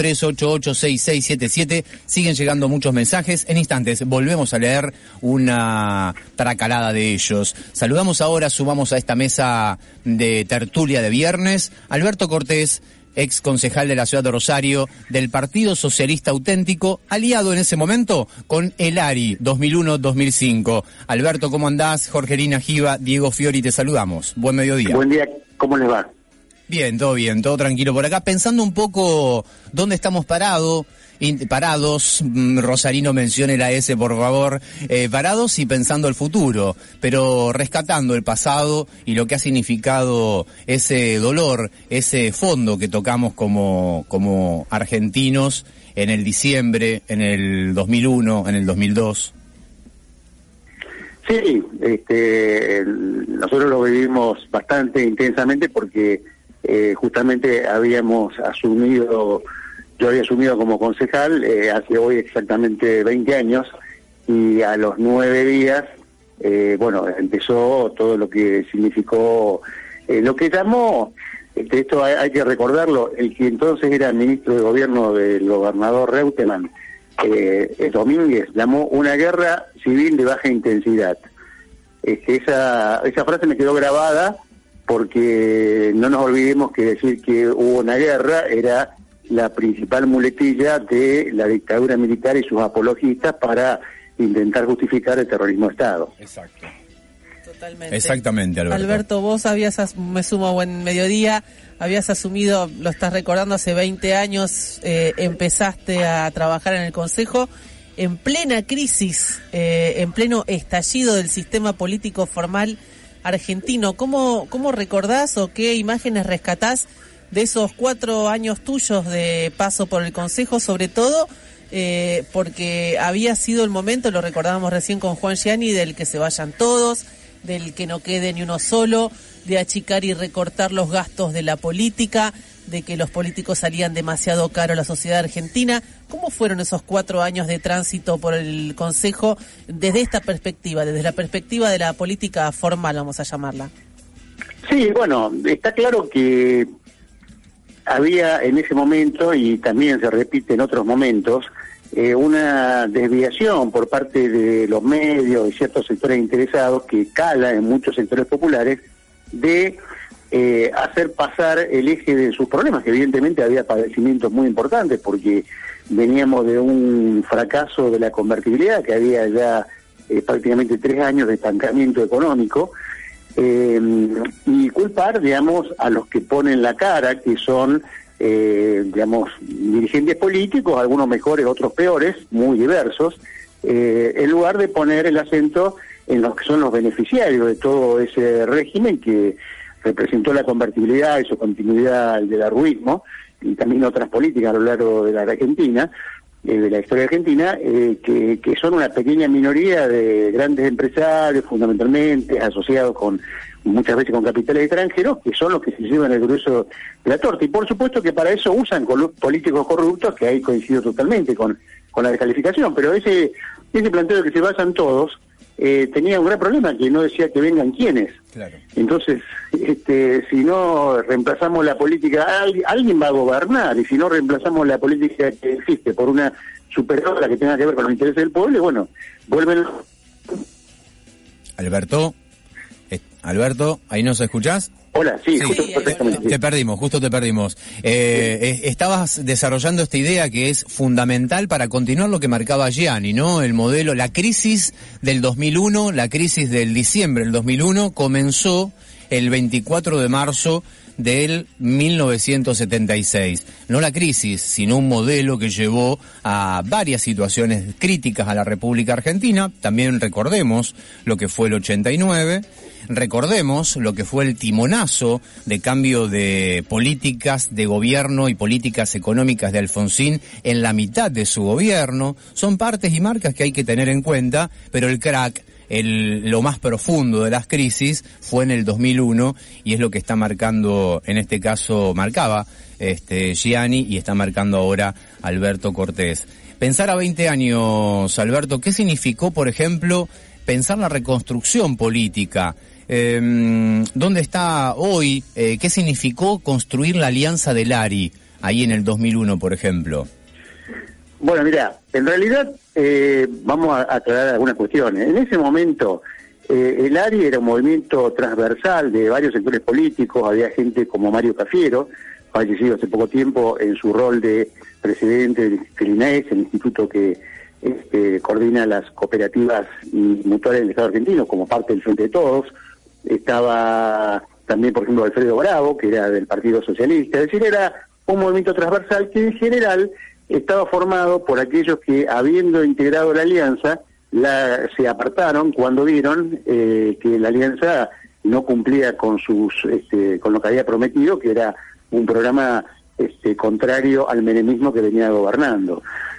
153-886677. Siguen llegando muchos mensajes. En instantes volvemos a leer una tracalada de ellos. Saludamos ahora, sumamos a esta mesa de tertulia de viernes, Alberto Cortés, ex concejal de la ciudad de Rosario, del Partido Socialista Auténtico, aliado en ese momento con el ARI 2001-2005. Alberto, ¿cómo andás? Jorgelina Giva, Diego Fiori, te saludamos. Buen mediodía. Buen día, ¿cómo les va? Bien, todo tranquilo por acá. Pensando un poco dónde estamos parados, Rosarino mencione la S por favor, parados y pensando el futuro, pero rescatando el pasado y lo que ha significado ese dolor, ese fondo que tocamos como argentinos en el diciembre, en el 2001, en el 2002. Sí, nosotros lo vivimos bastante intensamente porque justamente yo había asumido como concejal hace hoy exactamente 20 años y a los 9 días, empezó todo lo que significó, lo que llamó, esto hay que recordarlo, el que entonces era ministro de gobierno del gobernador Reutemann, Domínguez, llamó una guerra civil de baja intensidad. Esa frase me quedó grabada porque no nos olvidemos que decir que hubo una guerra era la principal muletilla de la dictadura militar y sus apologistas para intentar justificar el terrorismo de Estado. Exacto. Totalmente. Exactamente, Alberto. Alberto, vos me sumo a buen mediodía, habías asumido, lo estás recordando, hace 20 años empezaste a trabajar en el Consejo en plena crisis, en pleno estallido del sistema político formal argentino. ¿Cómo recordás o qué imágenes rescatás de esos 4 años tuyos de paso por el Consejo, sobre todo porque había sido el momento, lo recordábamos recién con Juan Gianni, del que se vayan todos, del que no quede ni uno solo, de achicar y recortar los gastos de la política, de que los políticos salían demasiado caro a la sociedad argentina? ¿Cómo fueron esos 4 años de tránsito por el Consejo desde esta perspectiva, desde la perspectiva de la política formal, vamos a llamarla? Sí, bueno, está claro que había en ese momento, y también se repite en otros momentos, una desviación por parte de los medios y ciertos sectores interesados que cala en muchos sectores populares de hacer pasar el eje de sus problemas, que evidentemente había padecimientos muy importantes porque veníamos de un fracaso de la convertibilidad, que había ya prácticamente 3 años de estancamiento económico, y culpar, digamos, a los que ponen la cara, que son, digamos, dirigentes políticos, algunos mejores, otros peores, muy diversos, en lugar de poner el acento en los que son los beneficiarios de todo ese régimen que representó la convertibilidad y su continuidad del arruismo, y también otras políticas a lo largo de la Argentina, de la historia argentina, que son una pequeña minoría de grandes empresarios, fundamentalmente asociados con muchas veces con capitales extranjeros, que son los que se llevan el grueso de la torta. Y por supuesto que para eso usan políticos corruptos, que ahí coincido totalmente con la descalificación, pero ese planteo de que se basan todos, tenía un gran problema, que no decía que vengan quienes. Claro. Entonces, si no reemplazamos la política, alguien va a gobernar, y si no reemplazamos la política que existe por una superiora que tenga que ver con los intereses del pueblo, bueno, vuelven... Alberto, ¿ahí nos escuchás? Hola, sí, justo perfectamente. Te perdimos. Estabas desarrollando esta idea que es fundamental para continuar lo que marcaba Gianni, ¿no? El modelo, la crisis del 2001, la crisis del diciembre del 2001 comenzó el 24 de marzo del 1976. No la crisis, sino un modelo que llevó a varias situaciones críticas a la República Argentina. También recordemos lo que fue el 89. Recordemos lo que fue el timonazo de cambio de políticas de gobierno y políticas económicas de Alfonsín en la mitad de su gobierno. Son partes y marcas que hay que tener en cuenta, pero el crack, lo más profundo de las crisis fue en el 2001 y es lo que está marcando, en este caso marcaba Gianni y está marcando ahora Alberto Cortés. Pensar a 20 años, Alberto, ¿qué significó, por ejemplo, pensar la reconstrucción política? ¿Dónde está hoy? ¿Qué significó construir la alianza del ARI ahí en el 2001, por ejemplo? Bueno, mira, en realidad vamos a aclarar algunas cuestiones. En ese momento el ARI era un movimiento transversal de varios sectores políticos. Había gente como Mario Cafiero, fallecido hace poco tiempo en su rol de presidente del INAES, el instituto que coordina las cooperativas y mutuales del Estado argentino como parte del Frente de Todos. Estaba también, por ejemplo, Alfredo Bravo, que era del Partido Socialista. Es decir, era un movimiento transversal que en general estaba formado por aquellos que, habiendo integrado la alianza, se apartaron cuando vieron que la alianza no cumplía con con lo que había prometido, que era un programa contrario al menemismo que venía gobernando.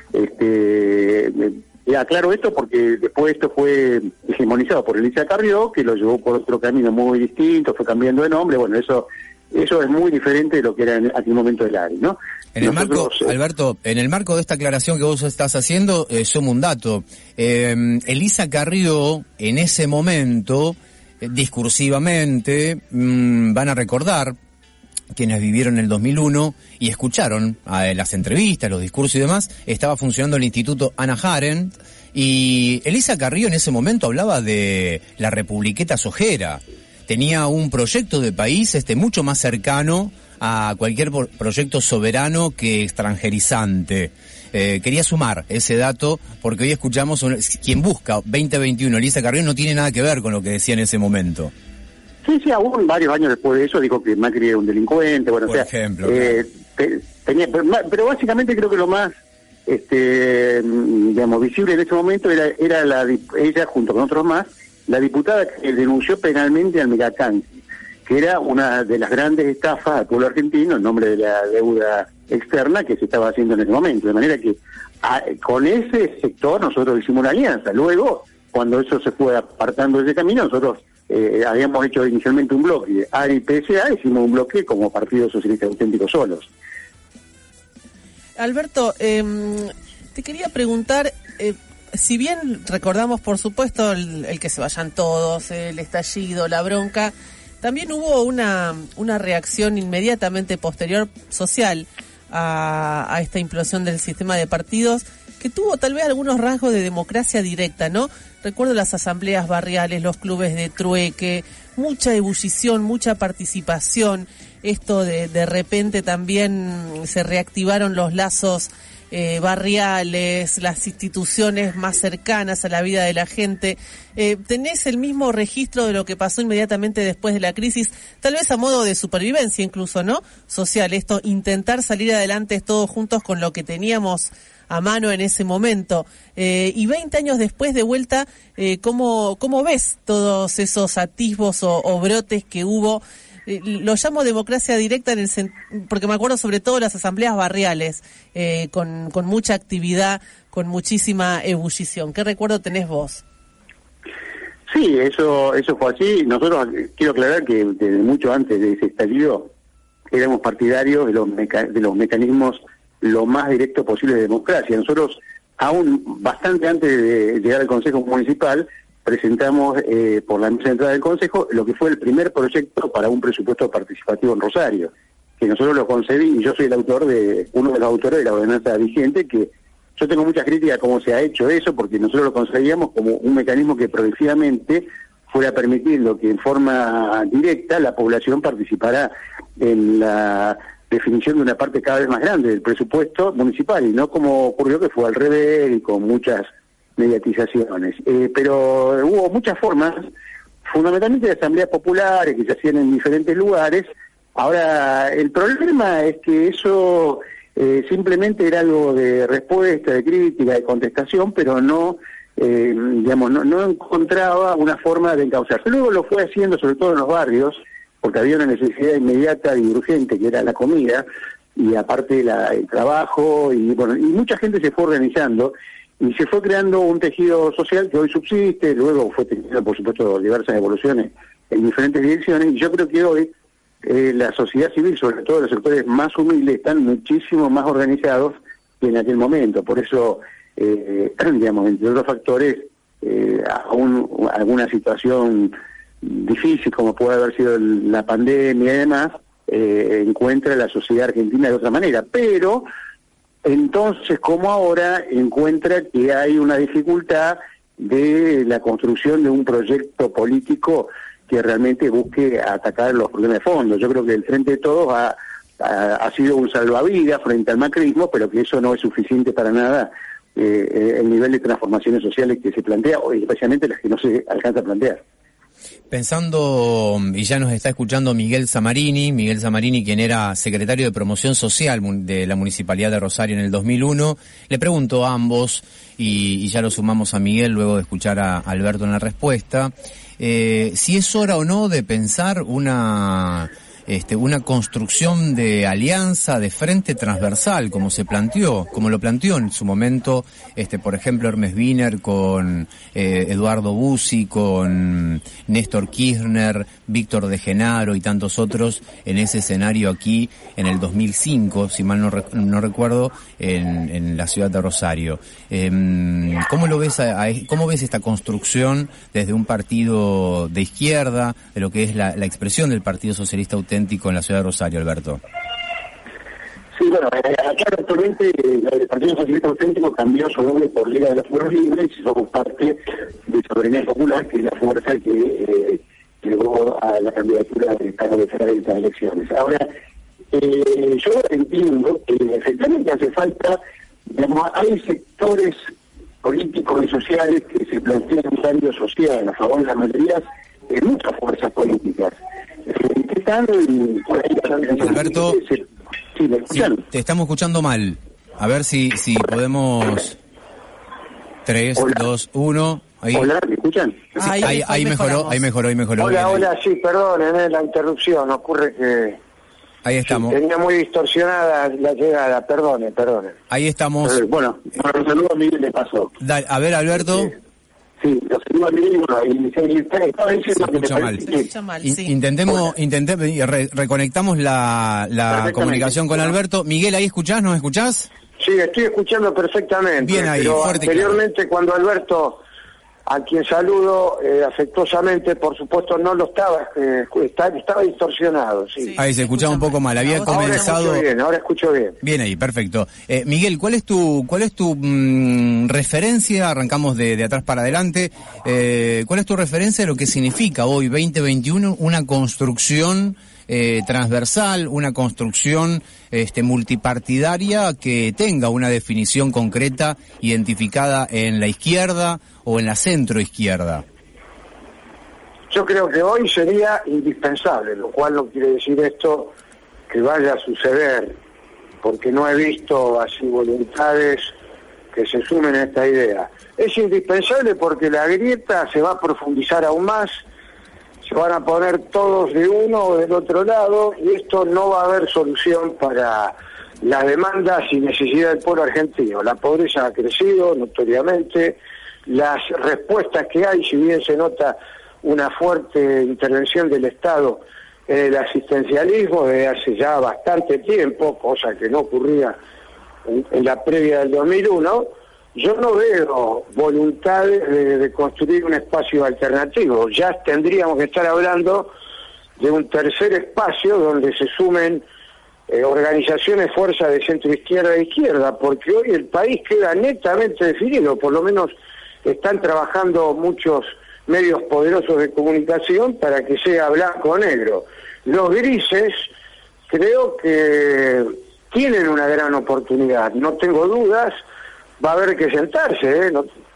Aclaro esto porque después esto fue hegemonizado por Elisa Carrió, que lo llevó por otro camino muy distinto, fue cambiando de nombre. Bueno, eso es muy diferente de lo que era en aquel momento del ARI, ¿no? Alberto, en el marco de esta aclaración que vos estás haciendo, sumo un dato. Elisa Carrió, en ese momento, discursivamente, van a recordar, quienes vivieron el 2001 y escucharon las entrevistas, los discursos y demás, estaba funcionando el Instituto Hannah Arendt, y Elisa Carrió en ese momento hablaba de la Republiqueta Sojera. Tenía un proyecto de país mucho más cercano a cualquier proyecto soberano que extranjerizante. Quería sumar ese dato porque hoy escuchamos, quien busca 2021, Elisa Carrió, no tiene nada que ver con lo que decía en ese momento. Sí, aún varios años después de eso dijo que Macri era un delincuente, bueno, por ejemplo, pero básicamente creo que lo más digamos visible en ese momento era ella junto con otros más, la diputada que denunció penalmente al Megacanqui, que era una de las grandes estafas al pueblo argentino en nombre de la deuda externa que se estaba haciendo en ese momento, de manera que con ese sector nosotros hicimos una alianza. Luego, cuando eso se fue apartando de ese camino, nosotros habíamos hecho inicialmente un bloque, ARI y PSA, hicimos un bloque como Partido Socialista Auténtico solos. Alberto, Te quería preguntar, si bien recordamos, por supuesto, el que se vayan todos, el estallido, la bronca, también hubo una reacción inmediatamente posterior social a esta implosión del sistema de partidos, que tuvo tal vez algunos rasgos de democracia directa, ¿no? Recuerdo las asambleas barriales, los clubes de trueque, mucha ebullición, mucha participación. Esto de repente también se reactivaron los lazos barriales, las instituciones más cercanas a la vida de la gente. ¿Tenés el mismo registro de lo que pasó inmediatamente después de la crisis? Tal vez a modo de supervivencia incluso, ¿no? Social, esto, intentar salir adelante todos juntos con lo que teníamos a mano en ese momento. Y 20 años después, de vuelta, ¿cómo ves todos esos atisbos o brotes que hubo? Lo llamo democracia directa porque me acuerdo sobre todo las asambleas barriales, con mucha actividad, con muchísima ebullición. ¿Qué recuerdo tenés vos? Sí, eso fue así. Nosotros, quiero aclarar que desde mucho antes de ese estallido éramos partidarios de los mecanismos lo más directo posible de democracia. Nosotros, aún bastante antes de llegar al Consejo Municipal, presentamos por la mesa de entrada del Consejo lo que fue el primer proyecto para un presupuesto participativo en Rosario, que nosotros lo concebí, y yo soy uno de los autores de la ordenanza vigente, que yo tengo muchas críticas a cómo se ha hecho eso, porque nosotros lo concebíamos como un mecanismo que progresivamente fuera permitiendo que en forma directa la población participara en la definición de una parte cada vez más grande del presupuesto municipal, y no como ocurrió que fue al revés y con muchas mediatizaciones. Pero hubo muchas formas, fundamentalmente de asambleas populares que se hacían en diferentes lugares. Ahora, el problema es que eso simplemente era algo de respuesta, de crítica, de contestación, pero no encontraba una forma de encauzarse. Luego lo fue haciendo, sobre todo en los barrios, porque había una necesidad inmediata y urgente, que era la comida, y aparte el trabajo, y mucha gente se fue organizando, y se fue creando un tejido social que hoy subsiste. Luego fue teniendo, por supuesto, diversas evoluciones en diferentes direcciones, y yo creo que hoy la sociedad civil, sobre todo los sectores más humildes, están muchísimo más organizados que en aquel momento. Por eso, entre otros factores, aún alguna situación difícil, como puede haber sido la pandemia y demás, encuentra la sociedad argentina de otra manera. Pero entonces, como ahora, encuentra que hay una dificultad de la construcción de un proyecto político que realmente busque atacar los problemas de fondo. Yo creo que el Frente de Todos ha sido un salvavidas frente al macrismo, pero que eso no es suficiente para nada, el nivel de transformaciones sociales que se plantea, o especialmente las que no se alcanza a plantear. Pensando, y ya nos está escuchando Miguel Zamarini, quien era secretario de Promoción Social de la Municipalidad de Rosario en el 2001, le pregunto a ambos, y ya lo sumamos a Miguel luego de escuchar a Alberto en la respuesta, si es hora o no de pensar una construcción de alianza, de frente transversal, como lo planteó en su momento, por ejemplo, Hermes Wiener con Eduardo Bussi, con Néstor Kirchner, Víctor de Genaro y tantos otros en ese escenario aquí en el 2005, si mal no recuerdo, en la ciudad de Rosario. ¿Cómo lo ves cómo ves esta construcción desde un partido de izquierda, de lo que es la expresión del Partido Socialista Auténtico en la ciudad de Rosario, Alberto? Sí, bueno, acá actualmente el Partido Socialista Auténtico cambió su nombre por Liga de los Pueblos Libres y somos parte de Soberanía Popular, que es la fuerza que llegó a la candidatura de Carlos Becerra en estas elecciones. Ahora, yo entiendo que efectivamente hace falta, hay sectores políticos y sociales que se plantean un cambio social a favor de las mayorías en muchas fuerzas políticas. Alberto, sí, ¿me escuchan? Sí, te estamos escuchando mal. A ver si podemos... 3, hola. 2, 1... Ahí. Hola, ¿me escuchan? Ahí mejoró. Hola, sí, perdonen la interrupción, ocurre que... Ahí estamos. Sí, tenía muy distorsionada la llegada, perdone. Ahí estamos. Bueno, un saludo a Miguel le pasó. Dale, a ver, Alberto. Sí, los saludo a Miguel y estaba diciendo que se escucha mal. Intentemos, reconectamos la comunicación con Alberto. Miguel, ¿ahí escuchás? ¿Nos escuchás? Sí, estoy escuchando perfectamente. Bien ahí, pero fuerte y anteriormente cuando Alberto, a quien saludo afectuosamente, por supuesto no lo estaba, estaba distorsionado. Sí. Ahí se escuchaba un poco mal. Había comenzado. Ahora escucho bien. Bien ahí, perfecto. Miguel, ¿cuál es tu referencia? Arrancamos de atrás para adelante. ¿Cuál es tu referencia de lo que significa hoy 2021 una construcción transversal, una construcción multipartidaria que tenga una definición concreta identificada en la izquierda o en la centroizquierda? Yo creo que hoy sería indispensable, lo cual no quiere decir esto que vaya a suceder, porque no he visto así voluntades que se sumen a esta idea. Es indispensable porque la grieta se va a profundizar aún más, se van a poner todos de uno o del otro lado, y esto no va a haber solución para las demandas y necesidades del pueblo argentino. La pobreza ha crecido notoriamente, las respuestas que hay, si bien se nota una fuerte intervención del Estado en el asistencialismo desde hace ya bastante tiempo, cosa que no ocurría en la previa del 2001, yo no veo voluntades de construir un espacio alternativo. Ya tendríamos que estar hablando de un tercer espacio donde se sumen organizaciones, fuerzas de centro izquierda e izquierda, porque hoy el país queda netamente definido, por lo menos están trabajando muchos medios poderosos de comunicación para que sea blanco o negro. Los grises creo que tienen una gran oportunidad, no tengo dudas. Va a haber que sentarse,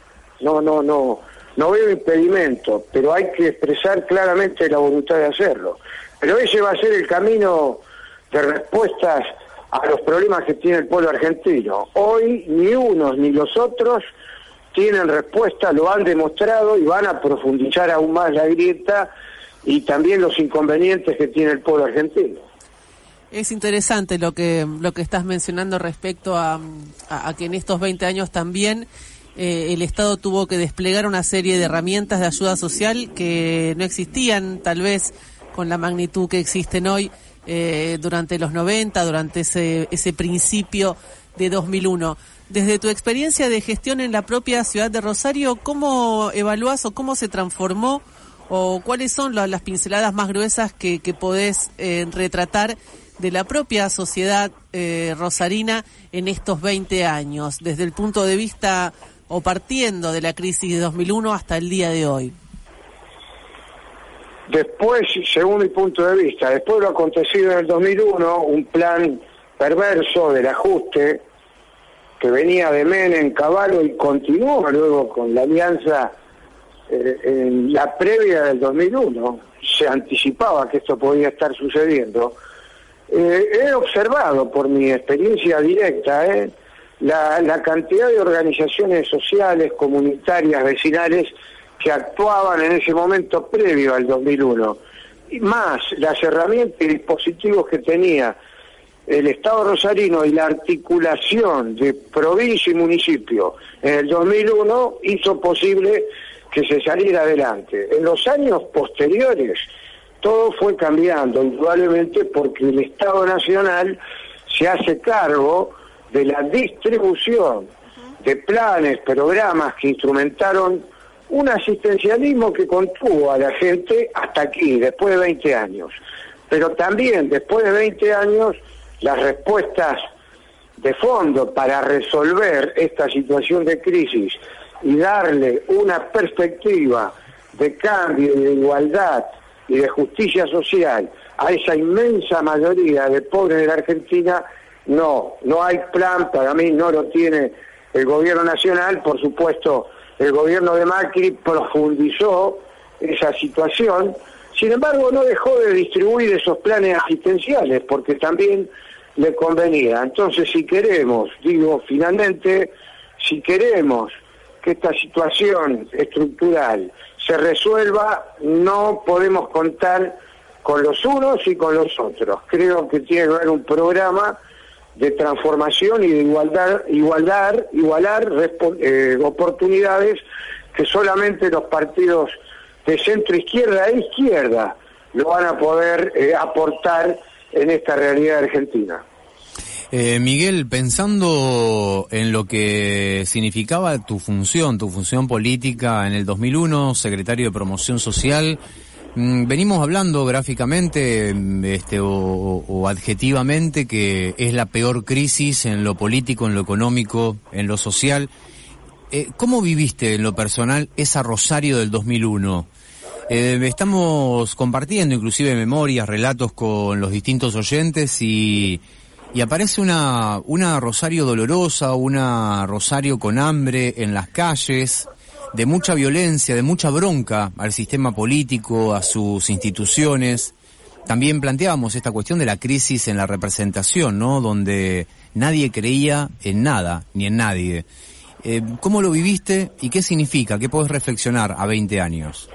no veo impedimento, pero hay que expresar claramente la voluntad de hacerlo. Pero ese va a ser el camino de respuestas a los problemas que tiene el pueblo argentino. Hoy ni unos ni los otros tienen respuesta, lo han demostrado y van a profundizar aún más la grieta y también los inconvenientes que tiene el pueblo argentino. Es interesante lo que estás mencionando respecto a que en estos 20 años también el Estado tuvo que desplegar una serie de herramientas de ayuda social que no existían tal vez con la magnitud que existen hoy durante los 90, durante ese principio de 2001. Desde tu experiencia de gestión en la propia ciudad de Rosario, ¿cómo evaluás o cómo se transformó o cuáles son las pinceladas más gruesas que podés retratar de la propia sociedad rosarina en estos 20 años, desde el punto de vista o partiendo de la crisis de 2001 hasta el día de hoy? Después, según mi punto de vista, después de lo acontecido en el 2001, un plan perverso del ajuste que venía de Menem, Cavallo y continuó luego con la alianza en la previa del 2001, se anticipaba que esto podía estar sucediendo. He observado por mi experiencia directa la cantidad de organizaciones sociales, comunitarias, vecinales que actuaban en ese momento previo al 2001, y más las herramientas y dispositivos que tenía el Estado rosarino y la articulación de provincia y municipio en el 2001 hizo posible que se saliera adelante. En los años posteriores todo fue cambiando, indudablemente, porque el Estado Nacional se hace cargo de la distribución de planes, programas que instrumentaron un asistencialismo que contuvo a la gente hasta aquí, después de 20 años. Pero también, después de 20 años, las respuestas de fondo para resolver esta situación de crisis y darle una perspectiva de cambio y de igualdad y de justicia social a esa inmensa mayoría de pobres de la Argentina, no hay plan, para mí no lo tiene el gobierno nacional. Por supuesto, el gobierno de Macri profundizó esa situación, sin embargo no dejó de distribuir esos planes asistenciales porque también le convenía. Entonces, si queremos, finalmente, si queremos que esta situación estructural se resuelva, no podemos contar con los unos y con los otros. Creo que tiene que haber un programa de transformación y de igualar oportunidades que solamente los partidos de centro izquierda e izquierda lo van a poder aportar en esta realidad argentina. Miguel, pensando en lo que significaba tu función política en el 2001, secretario de Promoción Social, venimos hablando gráficamente o adjetivamente que es la peor crisis en lo político, en lo económico, en lo social. ¿Cómo viviste en lo personal esa Rosario del 2001? Estamos compartiendo inclusive memorias, relatos con los distintos oyentes y aparece una Rosario dolorosa, una Rosario con hambre en las calles, de mucha violencia, de mucha bronca al sistema político, a sus instituciones. También planteábamos esta cuestión de la crisis en la representación, ¿no? Donde nadie creía en nada, ni en nadie. ¿Cómo lo viviste y qué significa? ¿Qué podés reflexionar a 20 años?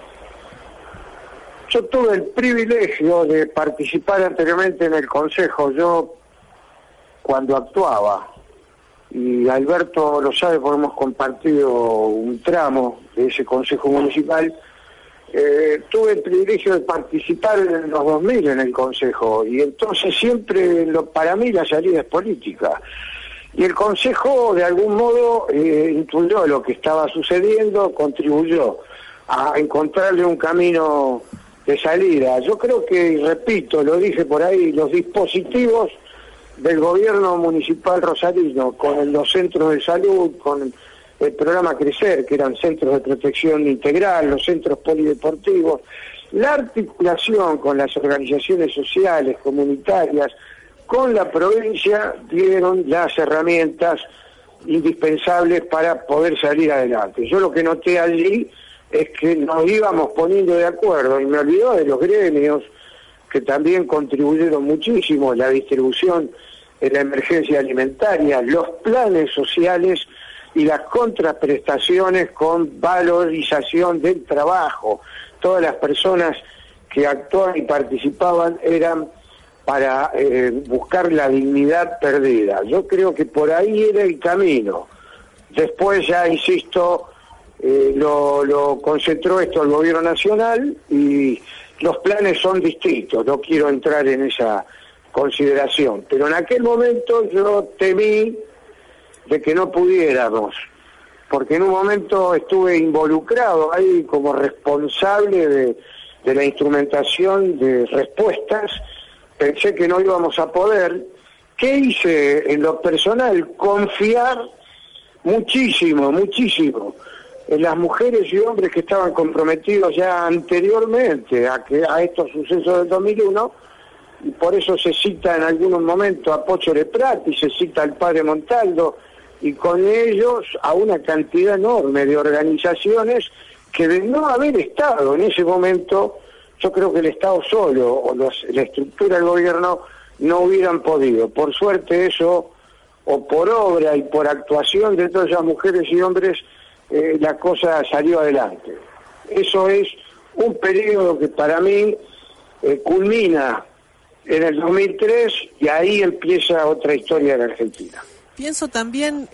Yo tuve el privilegio de participar anteriormente en el Consejo. Yo, cuando actuaba, y Alberto lo sabe porque hemos compartido un tramo de ese Consejo Municipal, tuve el privilegio de participar en los 2000 en el Consejo, y entonces siempre para mí la salida es política. Y el Consejo, de algún modo, influyó lo que estaba sucediendo, contribuyó a encontrarle un camino de salida. Yo creo que, y repito, lo dije por ahí, los dispositivos del gobierno municipal rosarino, con los centros de salud, con el programa Crecer, que eran centros de protección integral, los centros polideportivos, la articulación con las organizaciones sociales, comunitarias, con la provincia, dieron las herramientas indispensables para poder salir adelante. Yo lo que noté allí es que nos íbamos poniendo de acuerdo, y me olvidó de los gremios, que también contribuyeron muchísimo, la distribución de la emergencia alimentaria, los planes sociales y las contraprestaciones con valorización del trabajo. Todas las personas que actuaban y participaban eran para buscar la dignidad perdida. Yo creo que por ahí era el camino. Después ya, insisto, lo concentró esto el gobierno nacional y los planes son distintos, no quiero entrar en esa consideración, pero en aquel momento yo temí de que no pudiéramos, porque en un momento estuve involucrado ahí como responsable de la instrumentación de respuestas, pensé que no íbamos a poder. ¿Qué hice en lo personal? Confiar muchísimo en las mujeres y hombres que estaban comprometidos ya anteriormente a estos sucesos del 2001, y por eso se cita en algunos momentos a Pocho Leprati, se cita al padre Montaldo, y con ellos a una cantidad enorme de organizaciones que, de no haber estado en ese momento, yo creo que el Estado solo o la estructura del gobierno no hubieran podido. Por suerte eso, o por obra y por actuación de todas esas mujeres y hombres, la cosa salió adelante. Eso es un periodo que para mí culmina en el 2003 y ahí empieza otra historia de la Argentina. Pienso también,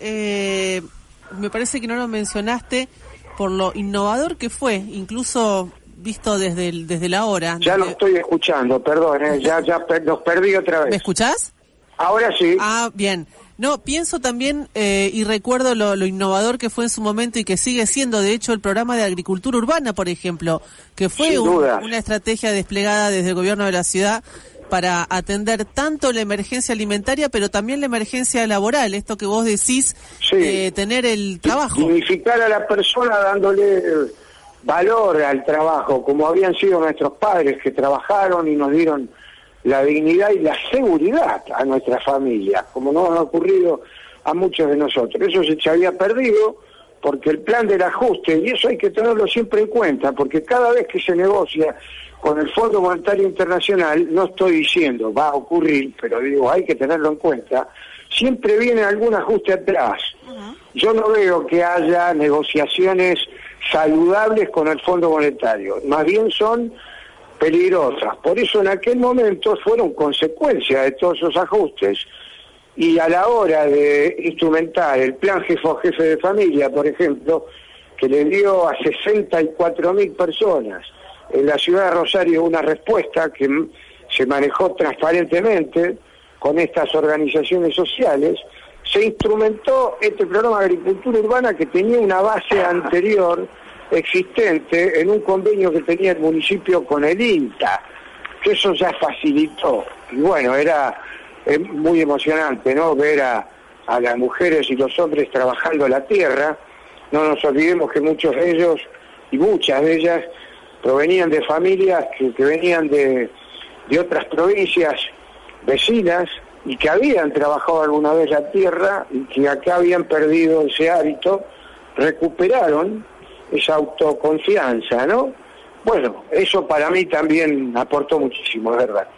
me parece que no lo mencionaste, por lo innovador que fue, incluso visto desde la hora. Ya lo estoy escuchando, perdón, ya los perdí otra vez. ¿Me escuchás? Ahora sí. Ah, bien. No, pienso también y recuerdo lo innovador que fue en su momento y que sigue siendo, de hecho, el programa de agricultura urbana, por ejemplo, que fue una estrategia desplegada desde el gobierno de la ciudad para atender tanto la emergencia alimentaria, pero también la emergencia laboral, esto que vos decís, tener el trabajo. Dignificar a la persona dándole valor al trabajo, como habían sido nuestros padres que trabajaron y nos dieron la dignidad y la seguridad a nuestra familia, como nos ha ocurrido a muchos de nosotros. Eso se había perdido porque el plan del ajuste, y eso hay que tenerlo siempre en cuenta, porque cada vez que se negocia con el Fondo Monetario Internacional, no estoy diciendo va a ocurrir, pero digo, hay que tenerlo en cuenta, siempre viene algún ajuste atrás. Yo no veo que haya negociaciones saludables con el Fondo Monetario, más bien son peligrosas. Por eso en aquel momento fueron consecuencia de todos esos ajustes, y a la hora de instrumentar el plan jefe de familia, por ejemplo, que le dio a 64.000 personas en la ciudad de Rosario una respuesta que se manejó transparentemente, con estas organizaciones sociales, se instrumentó este programa de agricultura urbana que tenía una base anterior existente en un convenio que tenía el municipio con el INTA, que eso ya facilitó. Y bueno, era muy emocionante, ¿no?, ver a las mujeres y los hombres trabajando la tierra. No nos olvidemos que muchos de ellos y muchas de ellas provenían de familias que venían de otras provincias vecinas y que habían trabajado alguna vez la tierra y que acá habían perdido ese hábito, recuperaron esa autoconfianza, ¿no? Bueno, eso para mí también aportó muchísimo, es verdad.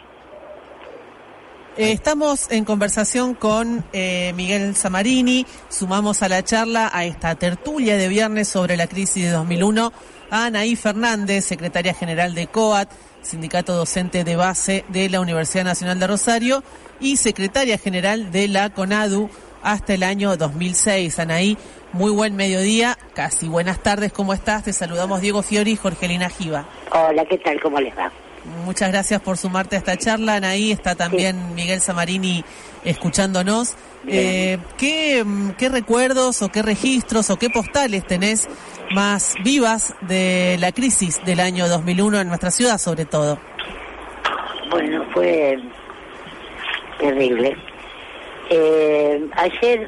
Estamos en conversación con Miguel Zamarini. Sumamos a la charla, a esta tertulia de viernes sobre la crisis de 2001, a Anaí Fernández, secretaria general de COAT, Sindicato Docente de Base de la Universidad Nacional de Rosario, y secretaria general de la CONADU hasta el año 2006. Anaí, muy buen mediodía, casi buenas tardes, ¿cómo estás? Te saludamos Diego Fiori y Jorgelina Giva. Hola, ¿qué tal? ¿Cómo les va? Muchas gracias por sumarte a esta charla, Anaí. Está también sí. Miguel Zamarini escuchándonos. ¿Qué recuerdos o qué registros o qué postales tenés más vivas de la crisis del año 2001 en nuestra ciudad, sobre todo? Bueno, fue terrible. Ayer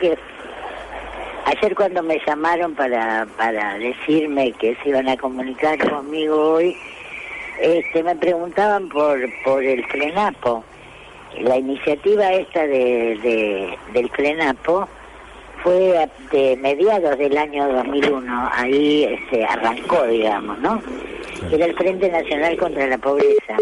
cuando me llamaron para decirme que se iban a comunicar conmigo hoy, me preguntaban por el FRENAPO. La iniciativa esta del FRENAPO fue de mediados del año 2001, ahí se arrancó, digamos, ¿no? Era el Frente Nacional contra la Pobreza.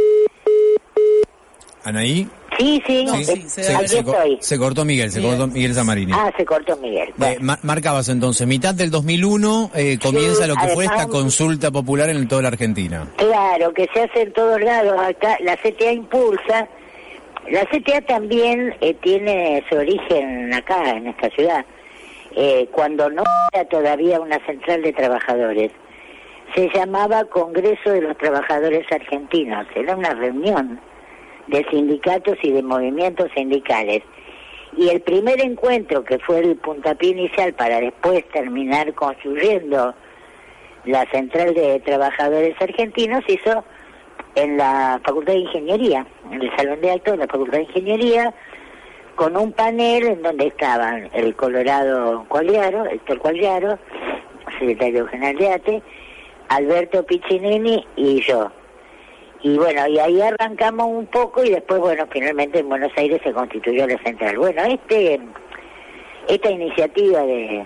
¿Anaí? Sí, se cortó Miguel, cortó Miguel Zamarini. Ah, se cortó Miguel. Bueno. Marcabas entonces, mitad del 2001 comienza lo que fue esta consulta popular en toda la Argentina. Claro, que se hace en todos lados. Acá la CTA impulsa. La CTA también tiene su origen acá, en esta ciudad. Cuando no era todavía una central de trabajadores, se llamaba Congreso de los Trabajadores Argentinos. Era una reunión de sindicatos y de movimientos sindicales. Y el primer encuentro, que fue el puntapié inicial para después terminar construyendo la Central de Trabajadores Argentinos, se hizo en la Facultad de Ingeniería, en el Salón de Actos de la Facultad de Ingeniería, con un panel en donde estaban el Colorado Quagliaro, Héctor Quagliaro, secretario general de ATE, Alberto Piccinini y yo. Y bueno, y ahí arrancamos un poco y después, bueno, finalmente en Buenos Aires se constituyó la central. Bueno, esta iniciativa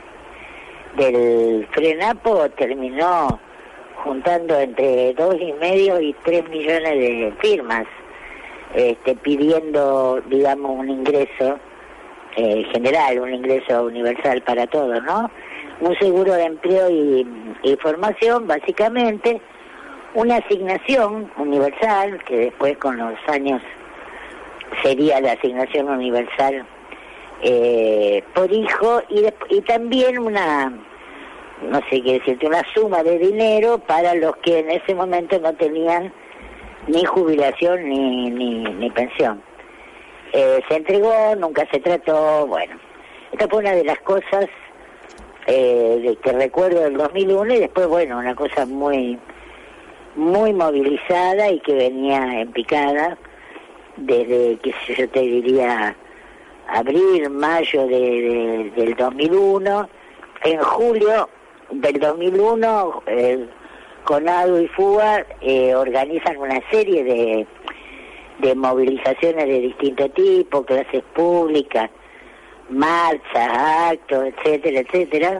del FRENAPO terminó juntando entre 2,5 y 3 millones de firmas, pidiendo, digamos, un ingreso general, un ingreso universal para todos, ¿no? Un seguro de empleo y formación, básicamente, una asignación universal, que después con los años sería la asignación universal por hijo, y también una, no sé qué decirte, una suma de dinero para los que en ese momento no tenían ni jubilación ni pensión. Se entregó, nunca se trató. Bueno, esta fue una de las cosas que recuerdo del 2001, y después, bueno, una cosa muy movilizada y que venía en picada desde, qué sé yo, te diría, abril, mayo del 2001. En julio del 2001, CONADU y FUA organizan una serie de movilizaciones de distinto tipo, clases públicas, marchas, actos, etcétera, etcétera.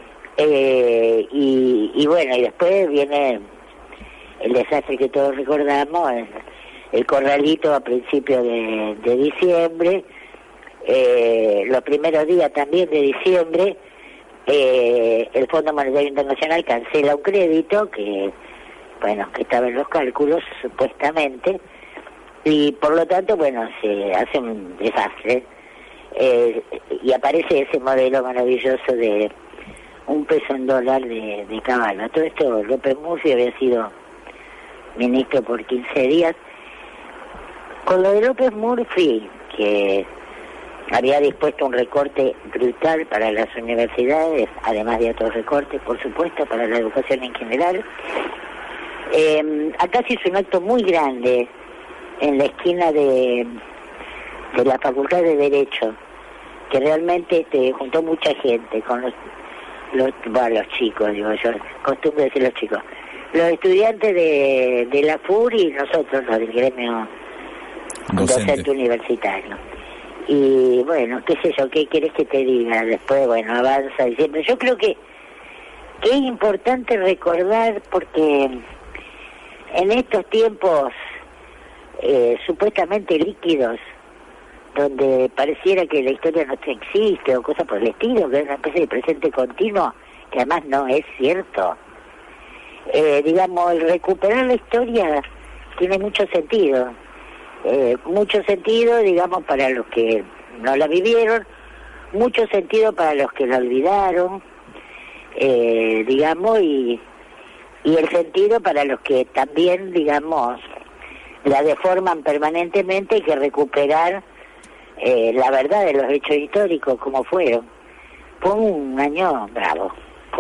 Y bueno, y después viene el desastre que todos recordamos, el corralito a principios de diciembre, los primeros días también de diciembre, el Fondo Monetario Internacional cancela un crédito que estaba en los cálculos, supuestamente, y por lo tanto, bueno, se hace un desastre, y aparece ese modelo maravilloso de $1 en dólar de Caballo. Todo esto, López Murphy había sido ministro por 15 días. Con lo de López Murphy, porque había dispuesto un recorte brutal para las universidades, además de otros recortes, por supuesto, para la educación en general. Acá se hizo un acto muy grande en la esquina de la Facultad de Derecho, que realmente juntó mucha gente, con los chicos, digo yo, costumbre decir los chicos, los estudiantes de la FUR y nosotros, los del gremio docente universitario. Y bueno, qué sé yo, ¿qué querés que te diga? Después, bueno, avanza y siempre. Yo creo que es importante recordar, porque en estos tiempos supuestamente líquidos, donde pareciera que la historia no existe o cosas por el estilo, que es una especie de presente continuo, que además no es cierto. Digamos, el recuperar la historia tiene mucho sentido. Mucho sentido, digamos, para los que no la vivieron, mucho sentido para los que la olvidaron, digamos, y el sentido para los que también, digamos, la deforman permanentemente. Hay que recuperar la verdad de los hechos históricos como fueron. Fue un año bravo.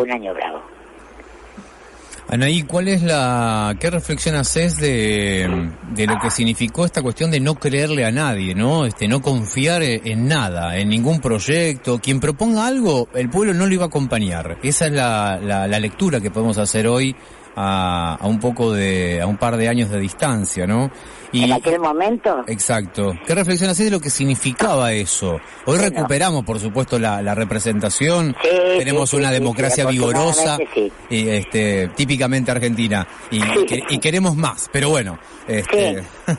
Anaí, ¿qué reflexión haces de lo que significó esta cuestión de no creerle a nadie, ¿no? No confiar en nada, en ningún proyecto? Quien proponga algo, el pueblo no lo iba a acompañar. Esa es la lectura que podemos hacer hoy a un par de años de distancia, ¿no? Y, en aquel momento. Exacto. ¿Qué reflexión haces de lo que significaba eso? Hoy recuperamos, por supuesto, la representación. Sí, tenemos una democracia vigorosa, sí. Típicamente argentina, y queremos más, pero bueno. Sí.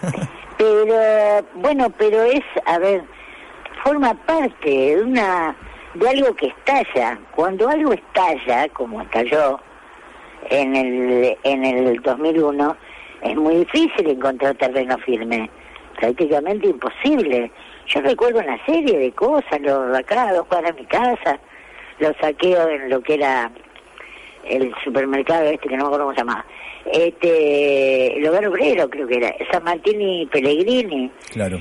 Pero es, a ver, forma parte de algo que estalla. Cuando algo estalla, como estalló en el 2001, es muy difícil encontrar terreno firme, prácticamente imposible. Yo recuerdo una serie de cosas, acá a 2 cuadras de mi casa, los saqueos en lo que era el supermercado que no me acuerdo cómo se llamaba, el Hogar Obrero creo que era, San Martín y Pellegrini. Claro.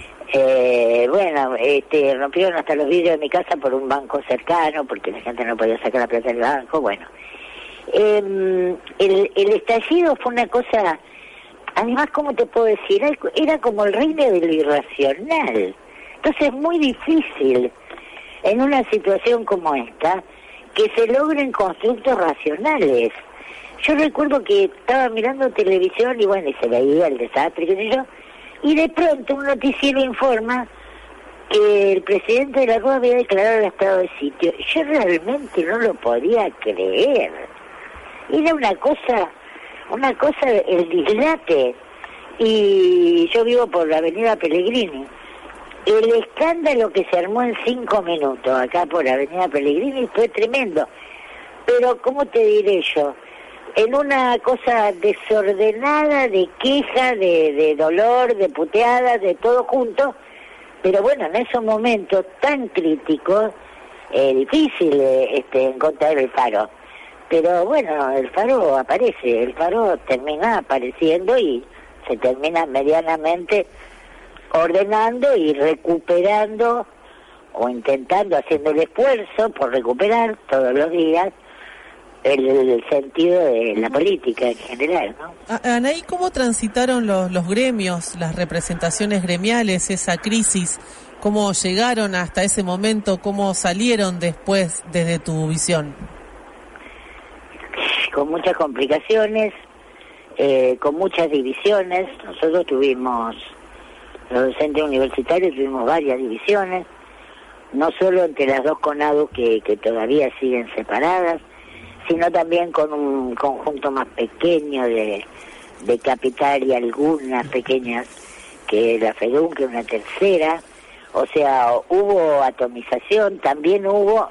Rompieron hasta los vidrios de mi casa por un banco cercano, porque la gente no podía sacar la plata del banco. Bueno, el estallido fue una cosa, además, ¿cómo te puedo decir? Era como el reino de lo irracional. Entonces es muy difícil en una situación como esta que se logren constructos racionales. Yo recuerdo que estaba mirando televisión y bueno, y se veía el desastre, qué sé yo, y de pronto un noticiero informa que el presidente de la Rúa había declarado el estado de sitio. Yo realmente no lo podía creer. Era una cosa, el dislate. Y yo vivo por la avenida Pellegrini. El escándalo que se armó en 5 minutos acá por la avenida Pellegrini fue tremendo. Pero, ¿cómo te diré yo? En una cosa desordenada, de queja, de dolor, de puteadas, de todo junto. Pero bueno, en esos momentos tan críticos, difícil encontrar el faro. Pero bueno, el faro aparece, el faro termina apareciendo y se termina medianamente ordenando y recuperando, o intentando, haciendo el esfuerzo por recuperar todos los días el sentido de la política en general, ¿no? Anaí, ¿cómo transitaron los gremios, las representaciones gremiales, esa crisis? ¿Cómo llegaron hasta ese momento? ¿Cómo salieron después desde tu visión? Con muchas complicaciones, con muchas divisiones. Nosotros tuvimos, los docentes universitarios tuvimos varias divisiones, no solo entre las dos CONADU que todavía siguen separadas, sino también con un conjunto más pequeño de Capital y algunas pequeñas, que la FEDUN, que es una tercera. O sea, hubo atomización, también hubo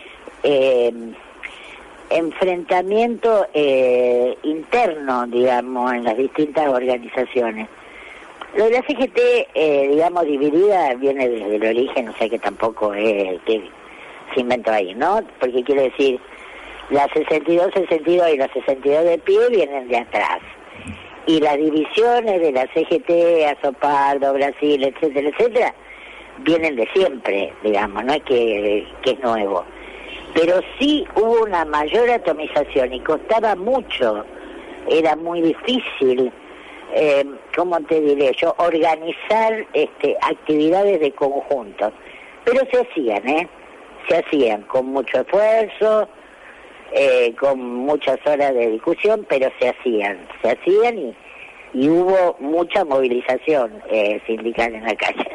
enfrentamiento interno, digamos, en las distintas organizaciones. Lo de la CGT, digamos, dividida, viene desde el origen, o sea que tampoco es que se inventó ahí, ¿no? Porque quiere decir, la 62 y la 62 de pie vienen de atrás. Y las divisiones de la CGT, Azopardo, Brasil, etcétera, etcétera, vienen de siempre, digamos, no es que es nuevo. Pero sí hubo una mayor atomización y costaba mucho, era muy difícil, ¿cómo te diré yo?, organizar actividades de conjunto. Pero se hacían con mucho esfuerzo, con muchas horas de discusión, pero se hacían y hubo mucha movilización sindical en la calle.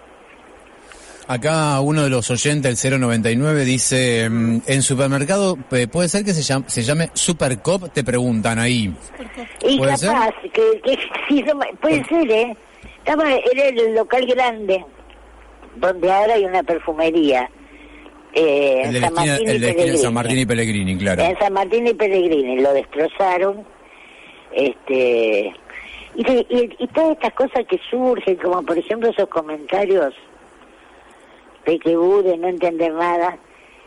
Acá uno de los oyentes, el 099, dice, en supermercado, ¿puede ser que se llame Supercop? Te preguntan ahí. Y capaz, que sí, puede ser, era el local grande, donde ahora hay una perfumería. El de San Martín y Pellegrini, claro. En San Martín y Pellegrini, lo destrozaron. Y todas estas cosas que surgen, como por ejemplo esos comentarios de no entender nada,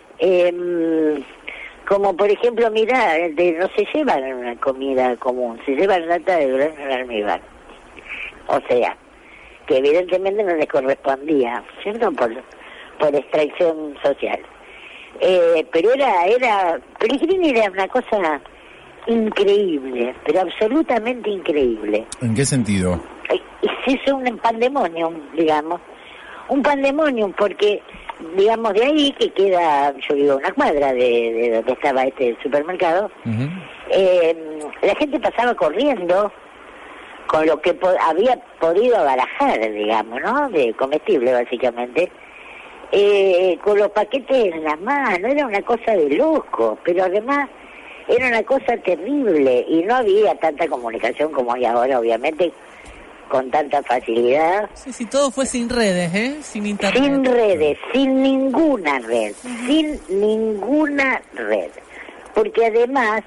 como por ejemplo, mirá, no se llevan una comida común, se llevan lata de durazno en almíbar, o sea, que evidentemente no les correspondía, ¿cierto? Por extracción social. Pero Pellegrini era una cosa increíble, pero absolutamente increíble. ¿En qué sentido? Se hizo un pandemonium, digamos. Un pandemonium porque, digamos, de ahí que queda, yo digo, una cuadra de donde estaba este supermercado, la gente pasaba corriendo con lo que había podido barajar, digamos, ¿no? De comestible, básicamente, con los paquetes en la mano. Era una cosa de loco, pero además era una cosa terrible y no había tanta comunicación como hay ahora, obviamente, con tanta facilidad. Sí, todo fue sin redes, sin internet. Sin redes, sin ninguna red, sin ninguna red. Porque además,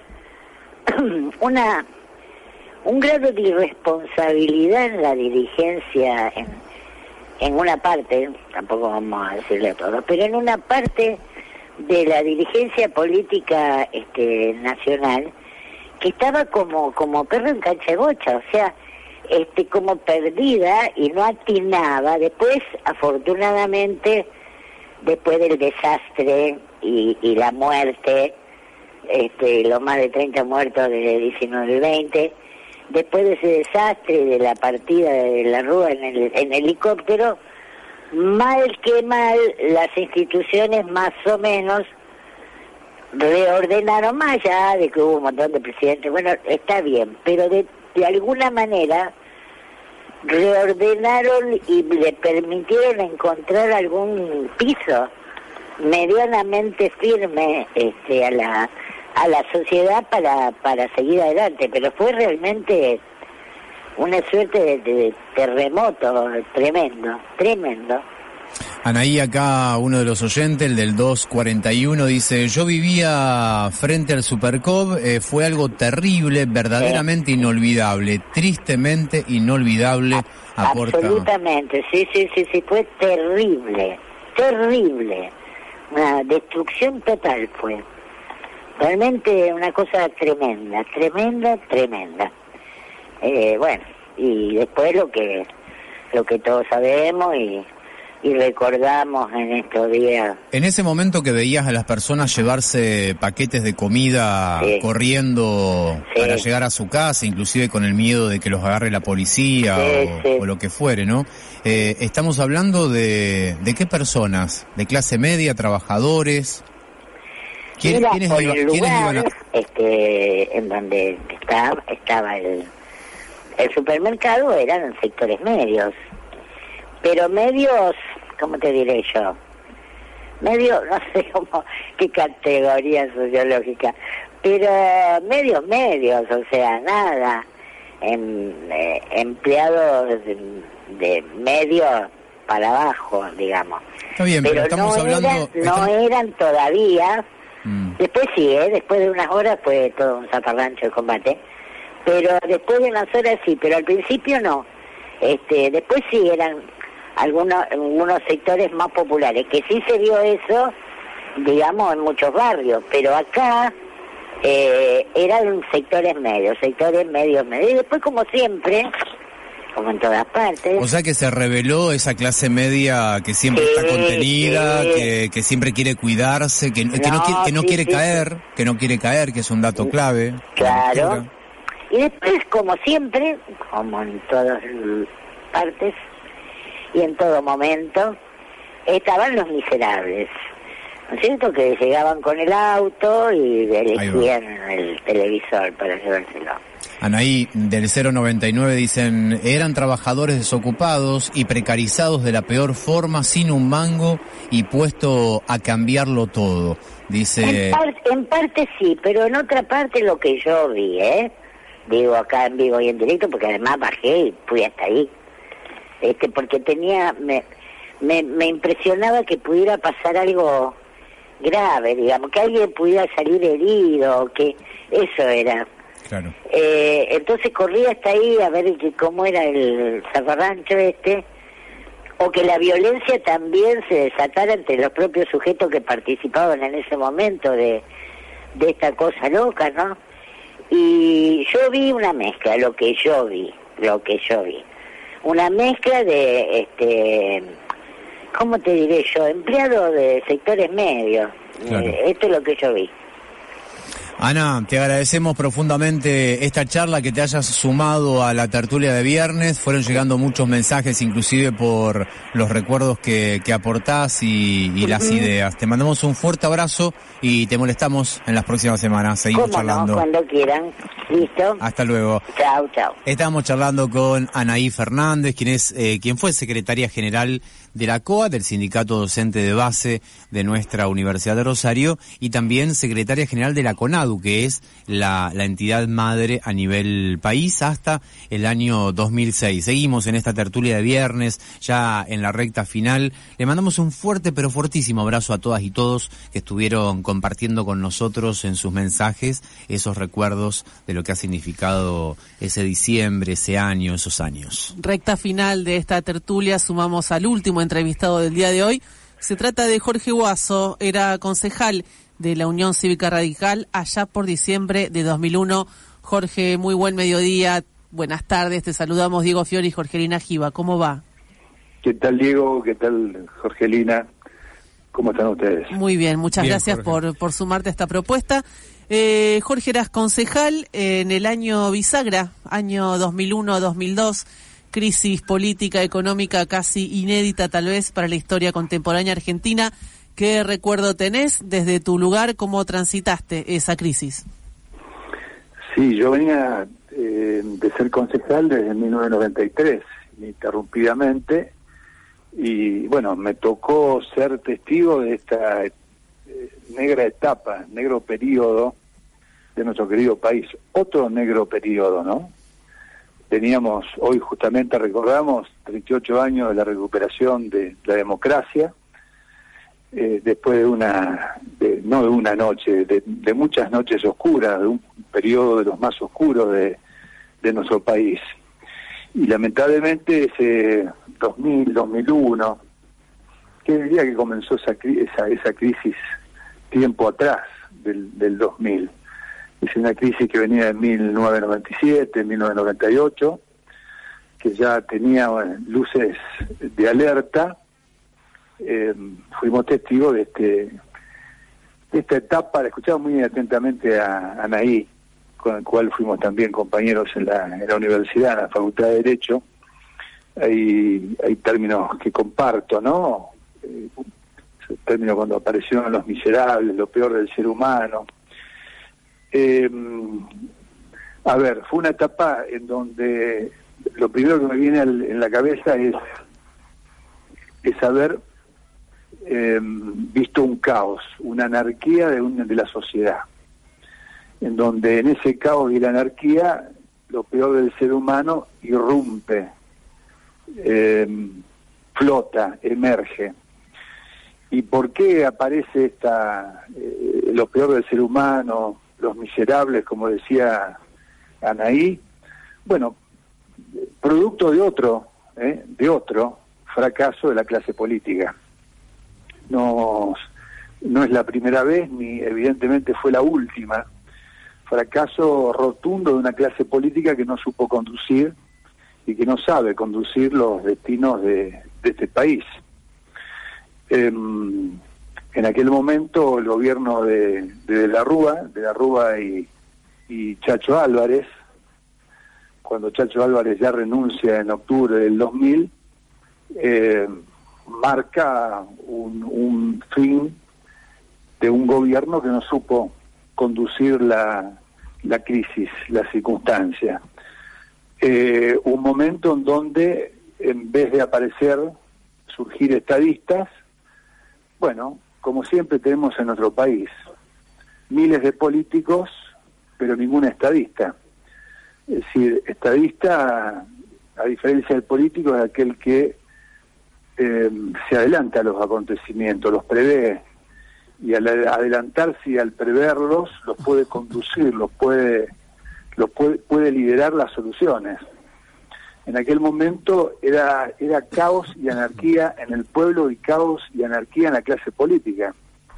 un grado de irresponsabilidad en la dirigencia, en una parte, tampoco vamos a decirle todo, pero en una parte de la dirigencia política nacional, que estaba como perro en cancha de bocha, o sea, como perdida y no atinaba. Después, afortunadamente, después del desastre y la muerte, los más de 30 muertos de 19 y 20, después de ese desastre y de la partida de la Rúa en helicóptero, mal que mal, las instituciones más o menos reordenaron, más allá de que hubo un montón de presidentes. Bueno, está bien, pero de alguna manera reordenaron y le permitieron encontrar algún piso medianamente firme a la sociedad para seguir adelante. Pero fue realmente una suerte de terremoto tremendo. Anaí, acá uno de los oyentes, el del 241, dice, yo vivía frente al Supercop, fue algo terrible, verdaderamente inolvidable, tristemente inolvidable, aporta. Absolutamente, sí, fue terrible, una destrucción total fue, realmente una cosa tremenda. Bueno, y después lo que todos sabemos y recordamos en estos días. En ese momento que veías a las personas llevarse paquetes de comida corriendo para llegar a su casa, inclusive con el miedo de que los agarre la policía o lo que fuere, ¿no? Estamos hablando de qué personas, de clase media, trabajadores. ¿Quiénes iban a...? En donde estaba el supermercado eran sectores medios. Pero medios, ¿cómo te diré yo? Medios, no sé qué categoría sociológica, pero medios, o sea, nada, empleados de medio para abajo, digamos. Está bien, pero estamos no eran todavía, después sí, después de unas horas fue todo un zafarrancho el combate, pero después de unas horas sí, pero al principio no. Después sí eran algunos sectores más populares, que sí se vio eso, digamos, en muchos barrios, pero acá eran sectores medios, y después como siempre, como en todas partes. O sea que se reveló esa clase media que siempre está contenida, que siempre quiere cuidarse, que no quiere caer, que es un dato clave. Claro. Y después, como siempre, como en todas partes y en todo momento, estaban los miserables, ¿no es cierto? Que llegaban con el auto y elegían el televisor para llevárselo. Anaí, del 099 dicen, eran trabajadores desocupados y precarizados de la peor forma, sin un mango y puesto a cambiarlo todo. Dice... En parte sí, pero en otra parte lo que yo vi, digo acá en vivo y en directo, porque además bajé y fui hasta ahí, porque tenía, me impresionaba que pudiera pasar algo grave, digamos, que alguien pudiera salir herido, que eso era. Claro. Entonces corrí hasta ahí a ver cómo era el zafarrancho o que la violencia también se desatara entre los propios sujetos que participaban en ese momento de esta cosa loca, ¿no? Y yo vi una mezcla, lo que yo vi, una mezcla de, ¿cómo te diré yo? Empleados de sectores medios. Claro. Esto es lo que yo vi. Ana, te agradecemos profundamente esta charla, que te hayas sumado a la tertulia de viernes. Fueron llegando muchos mensajes, inclusive por los recuerdos que aportás y las ideas. Te mandamos un fuerte abrazo y te molestamos en las próximas semanas. Seguimos charlando. No, cuando quieran. Listo. Hasta luego. Chao, chao. Estamos charlando con Anaí Fernández, quien fue secretaria general de la COA, del Sindicato Docente de Base de nuestra Universidad de Rosario, y también secretaria general de la CONADU, que es la entidad madre a nivel país hasta el año 2006. Seguimos en esta tertulia de viernes, ya en la recta final. Le mandamos un fuerte pero fortísimo abrazo a todas y todos que estuvieron compartiendo con nosotros en sus mensajes esos recuerdos de lo que ha significado ese diciembre, ese año, esos años. Recta final de esta tertulia, sumamos al último entrevistado del día de hoy. Se trata de Jorge Guaso, era concejal de la Unión Cívica Radical allá por diciembre de 2001. Jorge, muy buen mediodía, buenas tardes, te saludamos Diego Fiori y Jorgelina Giva, ¿cómo va? ¿Qué tal, Diego? ¿Qué tal, Jorgelina? ¿Cómo están ustedes? Muy bien, muchas Bien, gracias por sumarte a esta propuesta. Jorge, eras concejal en el año bisagra, año 2001-2002, crisis política, económica casi inédita tal vez para la historia contemporánea argentina. ¿Qué recuerdo tenés desde tu lugar? ¿Cómo transitaste esa crisis? Sí, yo venía de ser concejal desde 1993, ininterrumpidamente, y bueno, me tocó ser testigo de esta negra etapa, negro periodo de nuestro querido país. Otro negro periodo, ¿no? Teníamos, hoy justamente recordamos, 38 años de la recuperación de la democracia, después de muchas noches oscuras, de un periodo de los más oscuros de nuestro país. Y lamentablemente ese 2000, 2001, que diría que comenzó esa crisis tiempo atrás del 2000. Es una crisis que venía de 1997, 1998, que ya tenía luces de alerta. Fuimos testigos de esta etapa. La escuchamos muy atentamente a Anaí, con el cual fuimos también compañeros en la universidad, en la Facultad de Derecho. Hay términos que comparto, ¿no? Término cuando aparecieron los miserables, lo peor del ser humano. A ver, fue una etapa en donde lo primero que me viene en la cabeza es haber visto un caos, una anarquía de la sociedad, en donde en ese caos y la anarquía lo peor del ser humano irrumpe, flota, emerge. ¿Y por qué aparece lo peor del ser humano, los miserables, como decía Anaí? Bueno, producto de otro fracaso de la clase política. No es la primera vez, ni evidentemente fue la última. Fracaso rotundo de una clase política que no supo conducir y que no sabe conducir los destinos de este país. En aquel momento el gobierno de la Rúa y Chacho Álvarez, cuando Chacho Álvarez ya renuncia en octubre del 2000, marca un fin de un gobierno que no supo conducir la crisis, la circunstancia. Un momento en donde, en vez de surgir estadistas, bueno, como siempre tenemos en nuestro país, miles de políticos, pero ningún estadista. Es decir, estadista, a diferencia del político, es aquel que se adelanta a los acontecimientos, los prevé, y al adelantarse y al preverlos, los puede conducir, puede liderar las soluciones. En aquel momento era caos y anarquía en el pueblo y caos y anarquía en la clase política.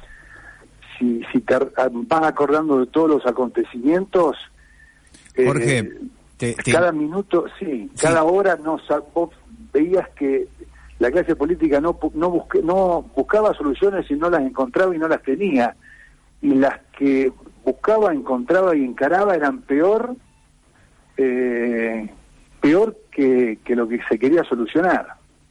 Si te vas acordando de todos los acontecimientos, Jorge, cada minuto, cada hora vos veías que la clase política no buscaba soluciones y no las encontraba y no las tenía, y las que buscaba, encontraba y encaraba eran peor que lo que se quería solucionar.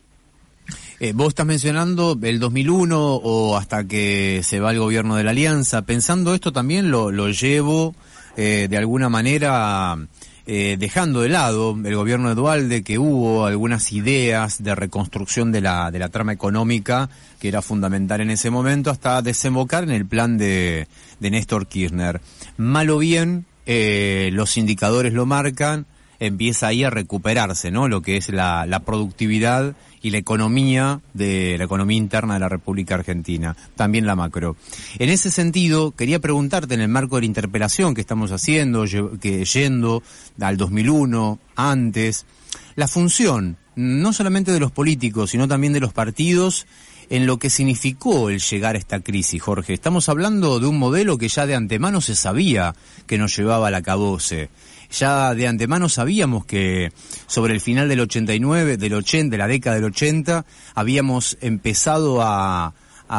Vos estás mencionando el 2001 o hasta que se va el gobierno de la Alianza. Pensando esto también lo llevo de alguna manera dejando de lado el gobierno de Duhalde, que hubo algunas ideas de reconstrucción de la trama económica que era fundamental en ese momento, hasta desembocar en el plan de Néstor Kirchner. Mal o bien, los indicadores lo marcan, empieza ahí a recuperarse, ¿no? Lo que es la productividad y la economía interna de la República Argentina, también la macro. En ese sentido, quería preguntarte, en el marco de la interpelación que estamos haciendo, yendo al 2001, antes, la función, no solamente de los políticos, sino también de los partidos, en lo que significó el llegar a esta crisis, Jorge. Estamos hablando de un modelo que ya de antemano se sabía que nos llevaba al acabose. Ya de antemano sabíamos que sobre el final del 89, de la década del 80, habíamos empezado a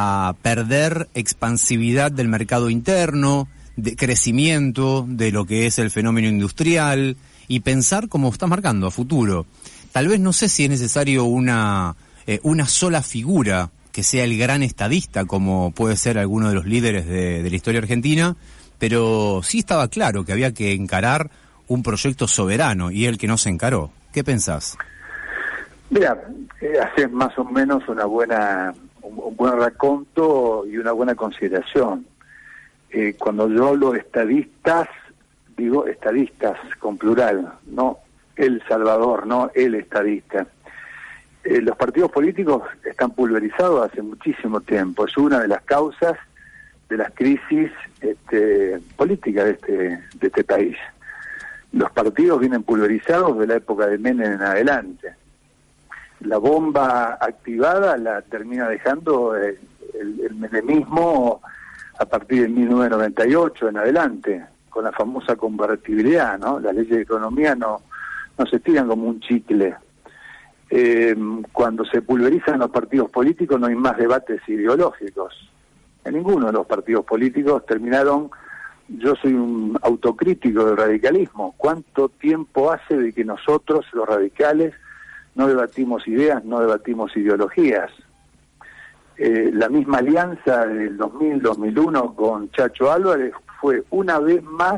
perder expansividad del mercado interno, de crecimiento de lo que es el fenómeno industrial, y pensar, como está marcando, a futuro. Tal vez no sé si es necesario una sola figura que sea el gran estadista, como puede ser alguno de los líderes de la historia argentina, pero sí estaba claro que había que encarar un proyecto soberano, y el que no se encaró. ¿Qué pensás? Mira, haces más o menos un buen raconto y una buena consideración. Cuando yo hablo de estadistas, digo estadistas con plural, no el Salvador, no el estadista. Los partidos políticos están pulverizados hace muchísimo tiempo. Es una de las causas de las crisis políticas de este país. Los partidos vienen pulverizados de la época de Menem en adelante. La bomba activada la termina dejando el menemismo a partir de 1998 en adelante, con la famosa convertibilidad, ¿no? Las leyes de economía no se tiran como un chicle. Cuando se pulverizan los partidos políticos no hay más debates ideológicos. En ninguno de los partidos políticos terminaron. Yo soy un autocrítico del radicalismo. ¿Cuánto tiempo hace de que nosotros, los radicales, no debatimos ideas, no debatimos ideologías? La misma alianza del 2000-2001 con Chacho Álvarez fue una vez más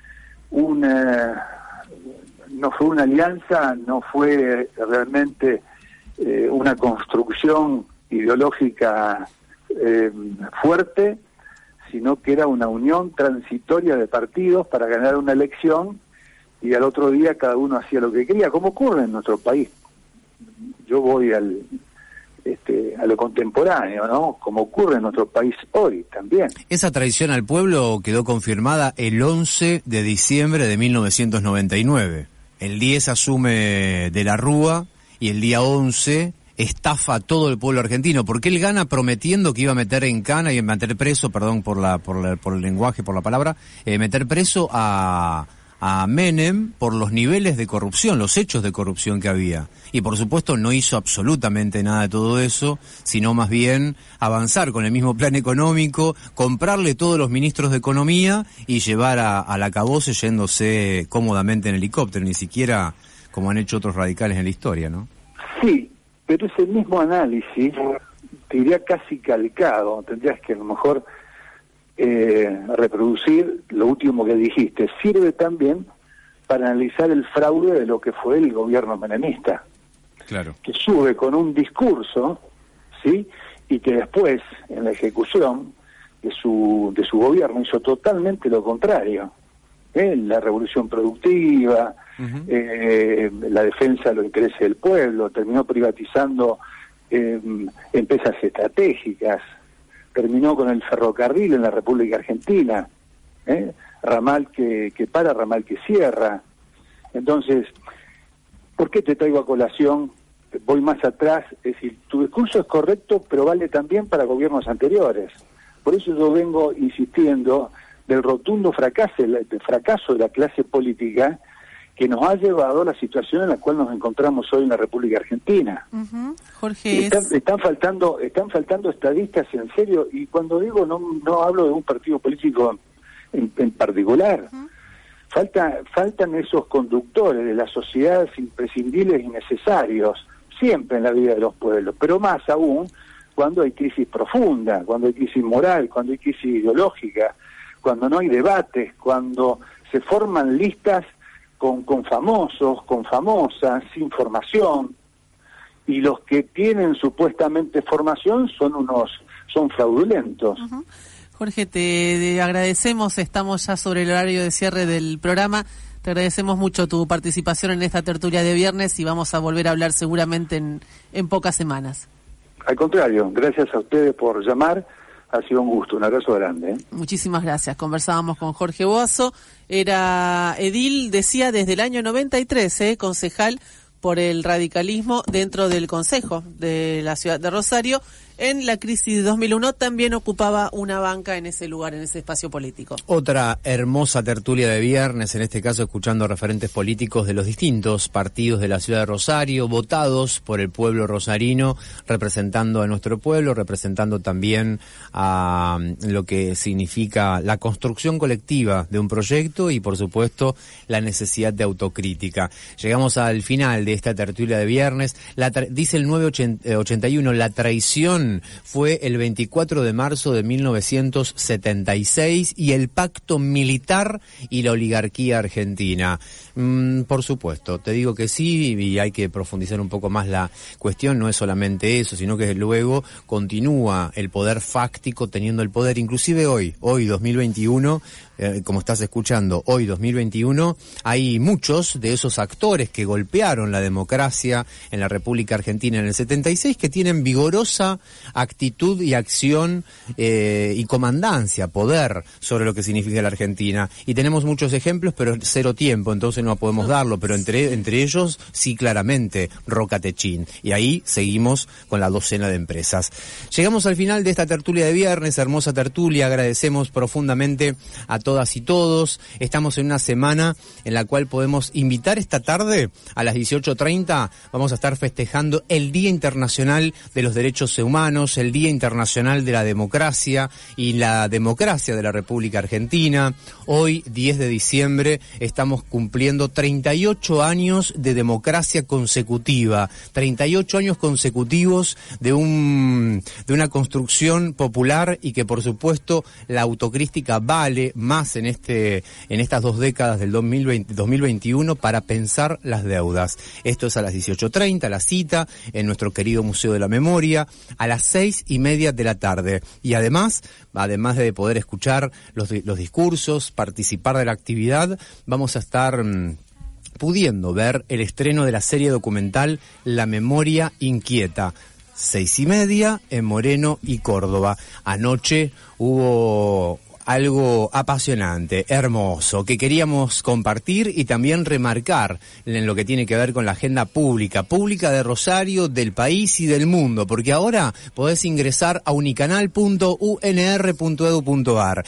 no fue una alianza, no fue realmente una construcción ideológica fuerte, sino que era una unión transitoria de partidos para ganar una elección, y al otro día cada uno hacía lo que quería, como ocurre en nuestro país. Yo voy a lo contemporáneo, ¿no? Como ocurre en nuestro país hoy también. Esa traición al pueblo quedó confirmada el 11 de diciembre de 1999. El 10 asume de la Rúa y el día 11 estafa a todo el pueblo argentino, porque él gana prometiendo que iba a meter en cana y meter preso, perdón por el lenguaje, por la palabra, meter preso a a Menem por los niveles de corrupción, los hechos de corrupción que había. Y por supuesto no hizo absolutamente nada de todo eso, sino más bien avanzar con el mismo plan económico, comprarle todos los ministros de Economía y llevar a la acabose yéndose cómodamente en helicóptero, ni siquiera como han hecho otros radicales en la historia, ¿no? Sí, pero ese mismo análisis, te diría casi calcado, tendrías que a lo mejor reproducir lo último que dijiste, sirve también para analizar el fraude de lo que fue el gobierno menemista. Claro. Que sube con un discurso, ¿sí? Y que después, en la ejecución de su gobierno, hizo totalmente lo contrario. La revolución productiva, la defensa de los intereses del pueblo, terminó privatizando empresas estratégicas, terminó con el ferrocarril en la República Argentina, ramal que para, ramal que cierra. Entonces, ¿por qué te traigo a colación? Voy más atrás, es decir, tu discurso es correcto, pero vale también para gobiernos anteriores. Por eso yo vengo insistiendo del rotundo fracaso de la clase política que nos ha llevado a la situación en la cual nos encontramos hoy en la República Argentina. Jorge, están faltando estadistas, en serio, y cuando digo no hablo de un partido político en particular. Faltan esos conductores de las sociedades imprescindibles y necesarios siempre en la vida de los pueblos, pero más aún cuando hay crisis profunda, cuando hay crisis moral, cuando hay crisis ideológica, cuando no hay debates, cuando se forman listas con famosos, con famosas, sin formación, y los que tienen supuestamente formación son fraudulentos. Jorge, te agradecemos, estamos ya sobre el horario de cierre del programa, te agradecemos mucho tu participación en esta tertulia de viernes y vamos a volver a hablar seguramente en pocas semanas. Al contrario, gracias a ustedes por llamar. Ha sido un gusto, un abrazo grande. Muchísimas gracias. Conversábamos con Jorge Boazo, era edil, decía, desde el año 93, concejal por el radicalismo dentro del Consejo de la ciudad de Rosario. En la crisis de 2001 también ocupaba una banca en ese lugar, en ese espacio político. Otra hermosa tertulia de viernes, en este caso escuchando referentes políticos de los distintos partidos de la ciudad de Rosario, votados por el pueblo rosarino, representando a nuestro pueblo, representando también a lo que significa la construcción colectiva de un proyecto y, por supuesto, la necesidad de autocrítica. Llegamos al final de esta tertulia de viernes. Dice el 981, la traición fue el 24 de marzo de 1976 y el pacto militar y la oligarquía argentina. Por supuesto, te digo que sí, y hay que profundizar un poco más la cuestión. No es solamente eso, sino que luego continúa el poder fáctico teniendo el poder, inclusive hoy 2021, como estás escuchando, hoy 2021, hay muchos de esos actores que golpearon la democracia en la República Argentina en el 76 que tienen vigorosa actitud y acción y comandancia, poder sobre lo que significa la Argentina. Y tenemos muchos ejemplos, pero cero tiempo, entonces no podemos darlo, pero entre ellos sí, claramente Roca Techín. Y ahí seguimos con la docena de empresas. Llegamos al final de esta tertulia de viernes, hermosa tertulia. Agradecemos profundamente a todas y todos. Estamos en una semana en la cual podemos invitar esta tarde a las 18:30. Vamos a estar festejando el Día Internacional de los Derechos Humanos, el Día Internacional de la Democracia y la democracia de la República Argentina. Hoy, 10 de diciembre, estamos cumpliendo 38 años de democracia consecutiva, 38 años consecutivos de una construcción popular y que, por supuesto, la autocrítica vale más en estas 2 décadas del 2021 para pensar las deudas. Esto es a las 18:30, la cita en nuestro querido Museo de la Memoria, a las 6:30 de la tarde. Y además de poder escuchar los discursos, participar de la actividad, vamos a estar pudiendo ver el estreno de la serie documental La Memoria Inquieta. 6:30 en Moreno y Córdoba. Anoche hubo algo apasionante, hermoso, que queríamos compartir y también remarcar en lo que tiene que ver con la agenda pública de Rosario, del país y del mundo, porque ahora podés ingresar a unicanal.unr.edu.ar,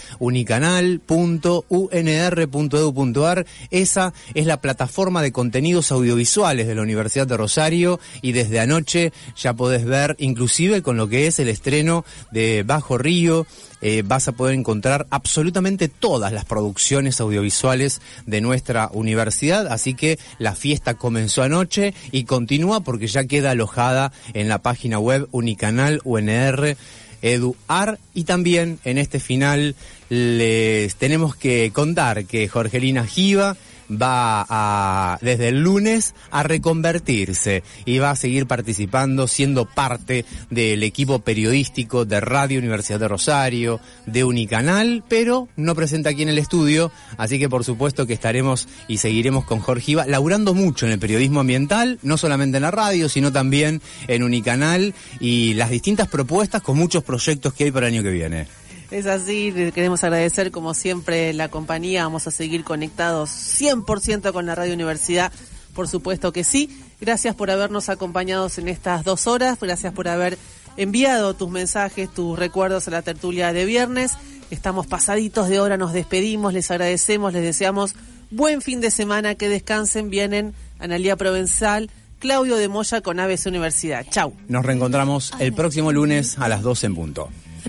unicanal.unr.edu.ar. Esa es la plataforma de contenidos audiovisuales de la Universidad de Rosario, y desde anoche ya podés ver, inclusive con lo que es el estreno de Bajo Río, vas a poder encontrar absolutamente todas las producciones audiovisuales de nuestra universidad, así que la fiesta comenzó anoche y continúa porque ya queda alojada en la página web Unicanal UNR Eduar. Y también en este final les tenemos que contar que Jorgelina Giva va desde el lunes a reconvertirse y va a seguir participando, siendo parte del equipo periodístico de Radio Universidad de Rosario, de Unicanal, pero no presenta aquí en el estudio, así que por supuesto que estaremos y seguiremos con Jorge Giva, laburando mucho en el periodismo ambiental, no solamente en la radio, sino también en Unicanal y las distintas propuestas con muchos proyectos que hay para el año que viene. Es así, queremos agradecer como siempre la compañía, vamos a seguir conectados 100% con la Radio Universidad, por supuesto que sí. Gracias por habernos acompañado en estas 2 horas, gracias por haber enviado tus mensajes, tus recuerdos a la tertulia de viernes. Estamos pasaditos de hora, nos despedimos, les agradecemos, les deseamos buen fin de semana, que descansen. Vienen Analía Provenzal, Claudio de Moya con ABC Universidad. Chau. Nos reencontramos el próximo lunes a las 12 en punto.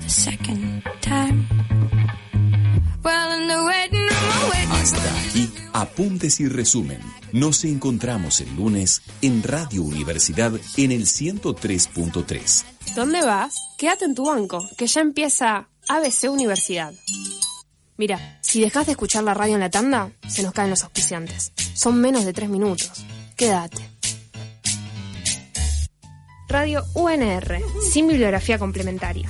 Hasta aquí, Apuntes y Resumen. Nos encontramos el lunes en Radio Universidad en el 103.3. ¿Dónde vas? Quédate en tu banco, que ya empieza ABC Universidad. Mira, si dejas de escuchar la radio en la tanda, se nos caen los auspiciantes. Son menos de 3 minutos. Quédate. Radio UNR, sin bibliografía complementaria.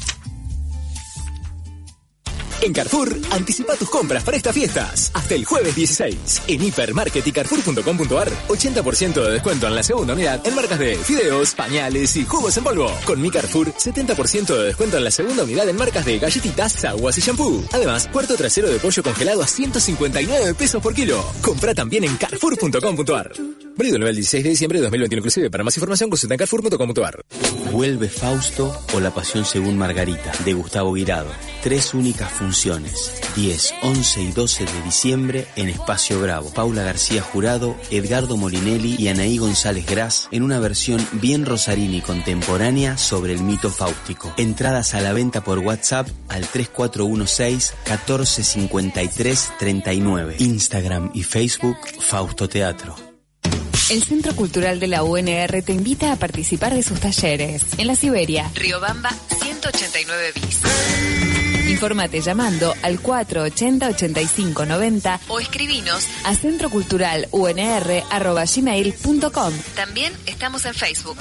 En Carrefour, anticipa tus compras para estas fiestas. Hasta el jueves 16. En Hipermarket y Carrefour.com.ar, 80% de descuento en la segunda unidad en marcas de fideos, pañales y jugos en polvo. Con Mi Carrefour, 70% de descuento en la segunda unidad en marcas de galletitas, aguas y shampoo. Además, cuarto trasero de pollo congelado a 159 pesos por kilo. Compra también en Carrefour.com.ar. Válido el nivel 16 de diciembre de 2021 inclusive. Para más información, consulta en Carrefour.com.ar. Vuelve Fausto o La Pasión según Margarita, de Gustavo Guirado. 3 únicas funciones. 10, 11 y 12 de diciembre en Espacio Bravo. Paula García Jurado, Edgardo Molinelli y Anaí González Gras en una versión bien rosarini contemporánea sobre el mito fáustico. Entradas a la venta por WhatsApp al 3416-1453-39. Instagram y Facebook Fausto Teatro. El Centro Cultural de la UNR te invita a participar de sus talleres en la Siberia, Riobamba 189 bis. Infórmate llamando al 480-8590 o escribinos a centroculturalunr@gmail.com. También estamos en Facebook.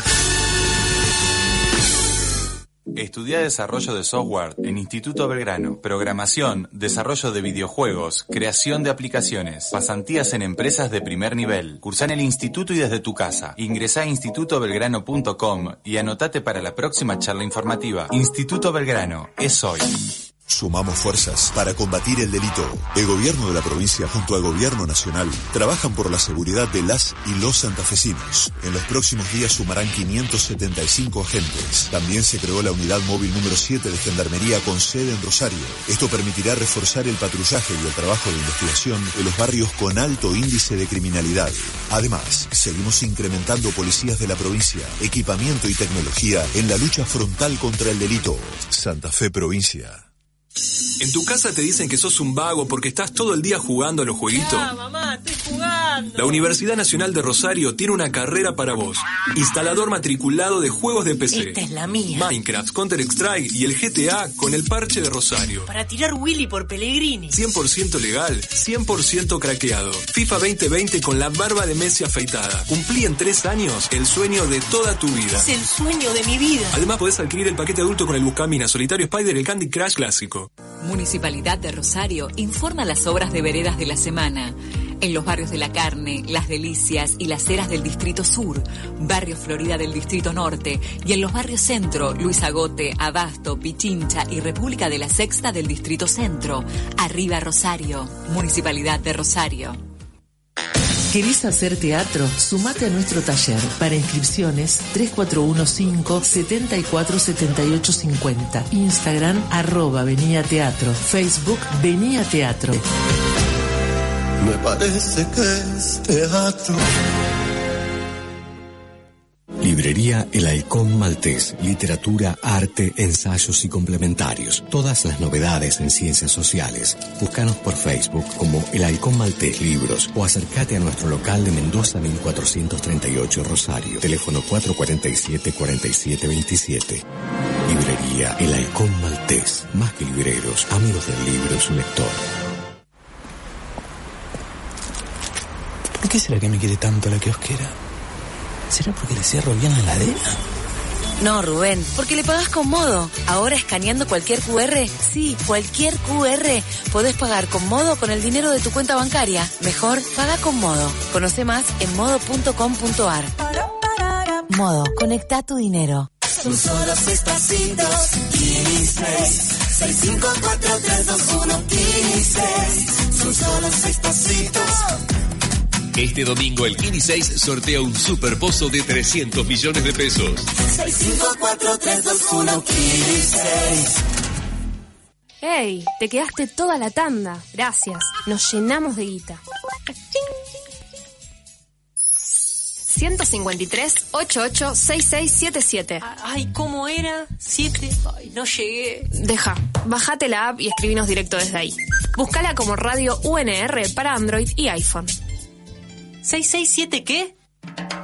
Estudia desarrollo de software en Instituto Belgrano. Programación, desarrollo de videojuegos, creación de aplicaciones, pasantías en empresas de primer nivel. Cursá en el instituto y desde tu casa. Ingresá a institutobelgrano.com y anotate para la próxima charla informativa. Instituto Belgrano, es hoy. Sumamos fuerzas para combatir el delito. El gobierno de la provincia junto al gobierno nacional trabajan por la seguridad de las y los santafesinos. En los próximos días sumarán 575 agentes. También se creó la unidad móvil número 7 de Gendarmería con sede en Rosario. Esto permitirá reforzar el patrullaje y el trabajo de investigación en los barrios con alto índice de criminalidad. Además, seguimos incrementando policías de la provincia, equipamiento y tecnología en la lucha frontal contra el delito. Santa Fe Provincia. ¿En tu casa te dicen que sos un vago porque estás todo el día jugando a los jueguitos? Mamá, estoy jugando. La Universidad Nacional de Rosario tiene una carrera para vos. Instalador matriculado de juegos de PC. Esta es la mía. Minecraft, Counter-Strike y el GTA con el parche de Rosario. Para tirar Willy por Pellegrini. 100% legal, 100% craqueado. FIFA 2020 con la barba de Messi afeitada. Cumplí en 3 años el sueño de toda tu vida. Es el sueño de mi vida. Además podés adquirir el paquete adulto con el Buscamina, Solitario Spider y el Candy Crush clásico. Municipalidad de Rosario informa las obras de veredas de la semana. En los barrios de La Carne, Las Delicias y Las Heras del Distrito Sur, Barrio Florida del Distrito Norte y en los barrios Centro, Luis Agote, Abasto, Pichincha y República de la Sexta del Distrito Centro. Arriba Rosario, Municipalidad de Rosario. ¿Querés hacer teatro? Sumate a nuestro taller. Para inscripciones, 3415-747850. Instagram, @Venía Teatro. Facebook, Venía Teatro. Me parece que es teatro. Librería El Halcón Maltés. Literatura, arte, ensayos y complementarios. Todas las novedades en ciencias sociales. Búscanos por Facebook como El Halcón Maltés Libros o acércate a nuestro local de Mendoza 1438 Rosario. Teléfono 447-4727. Librería El Halcón Maltés. Más que libreros, amigos del libro y su lector. ¿Por qué será que me quiere tanto la kiosquera? ¿Será porque le cierro bien la heladera? No, Rubén, porque le pagás con Modo. Ahora escaneando cualquier QR, sí, cualquier QR, podés pagar con Modo con el dinero de tu cuenta bancaria. Mejor, paga con Modo. Conoce más en modo.com.ar. Modo, conecta tu dinero. Son solo 6 pasitos, 15, 654321 15. Son solo 6 pasitos. Este domingo el Kini 6 sortea un superpozo de 300 millones de pesos. 654321 15. ¡Ey! Te quedaste toda la tanda. Gracias. Nos llenamos de guita. 153-88-6677. Ay, ¿cómo era? 7. Ay, no llegué. Deja, bajate la app y escribinos directo desde ahí. Búscala como Radio UNR para Android y iPhone. ¿667 qué?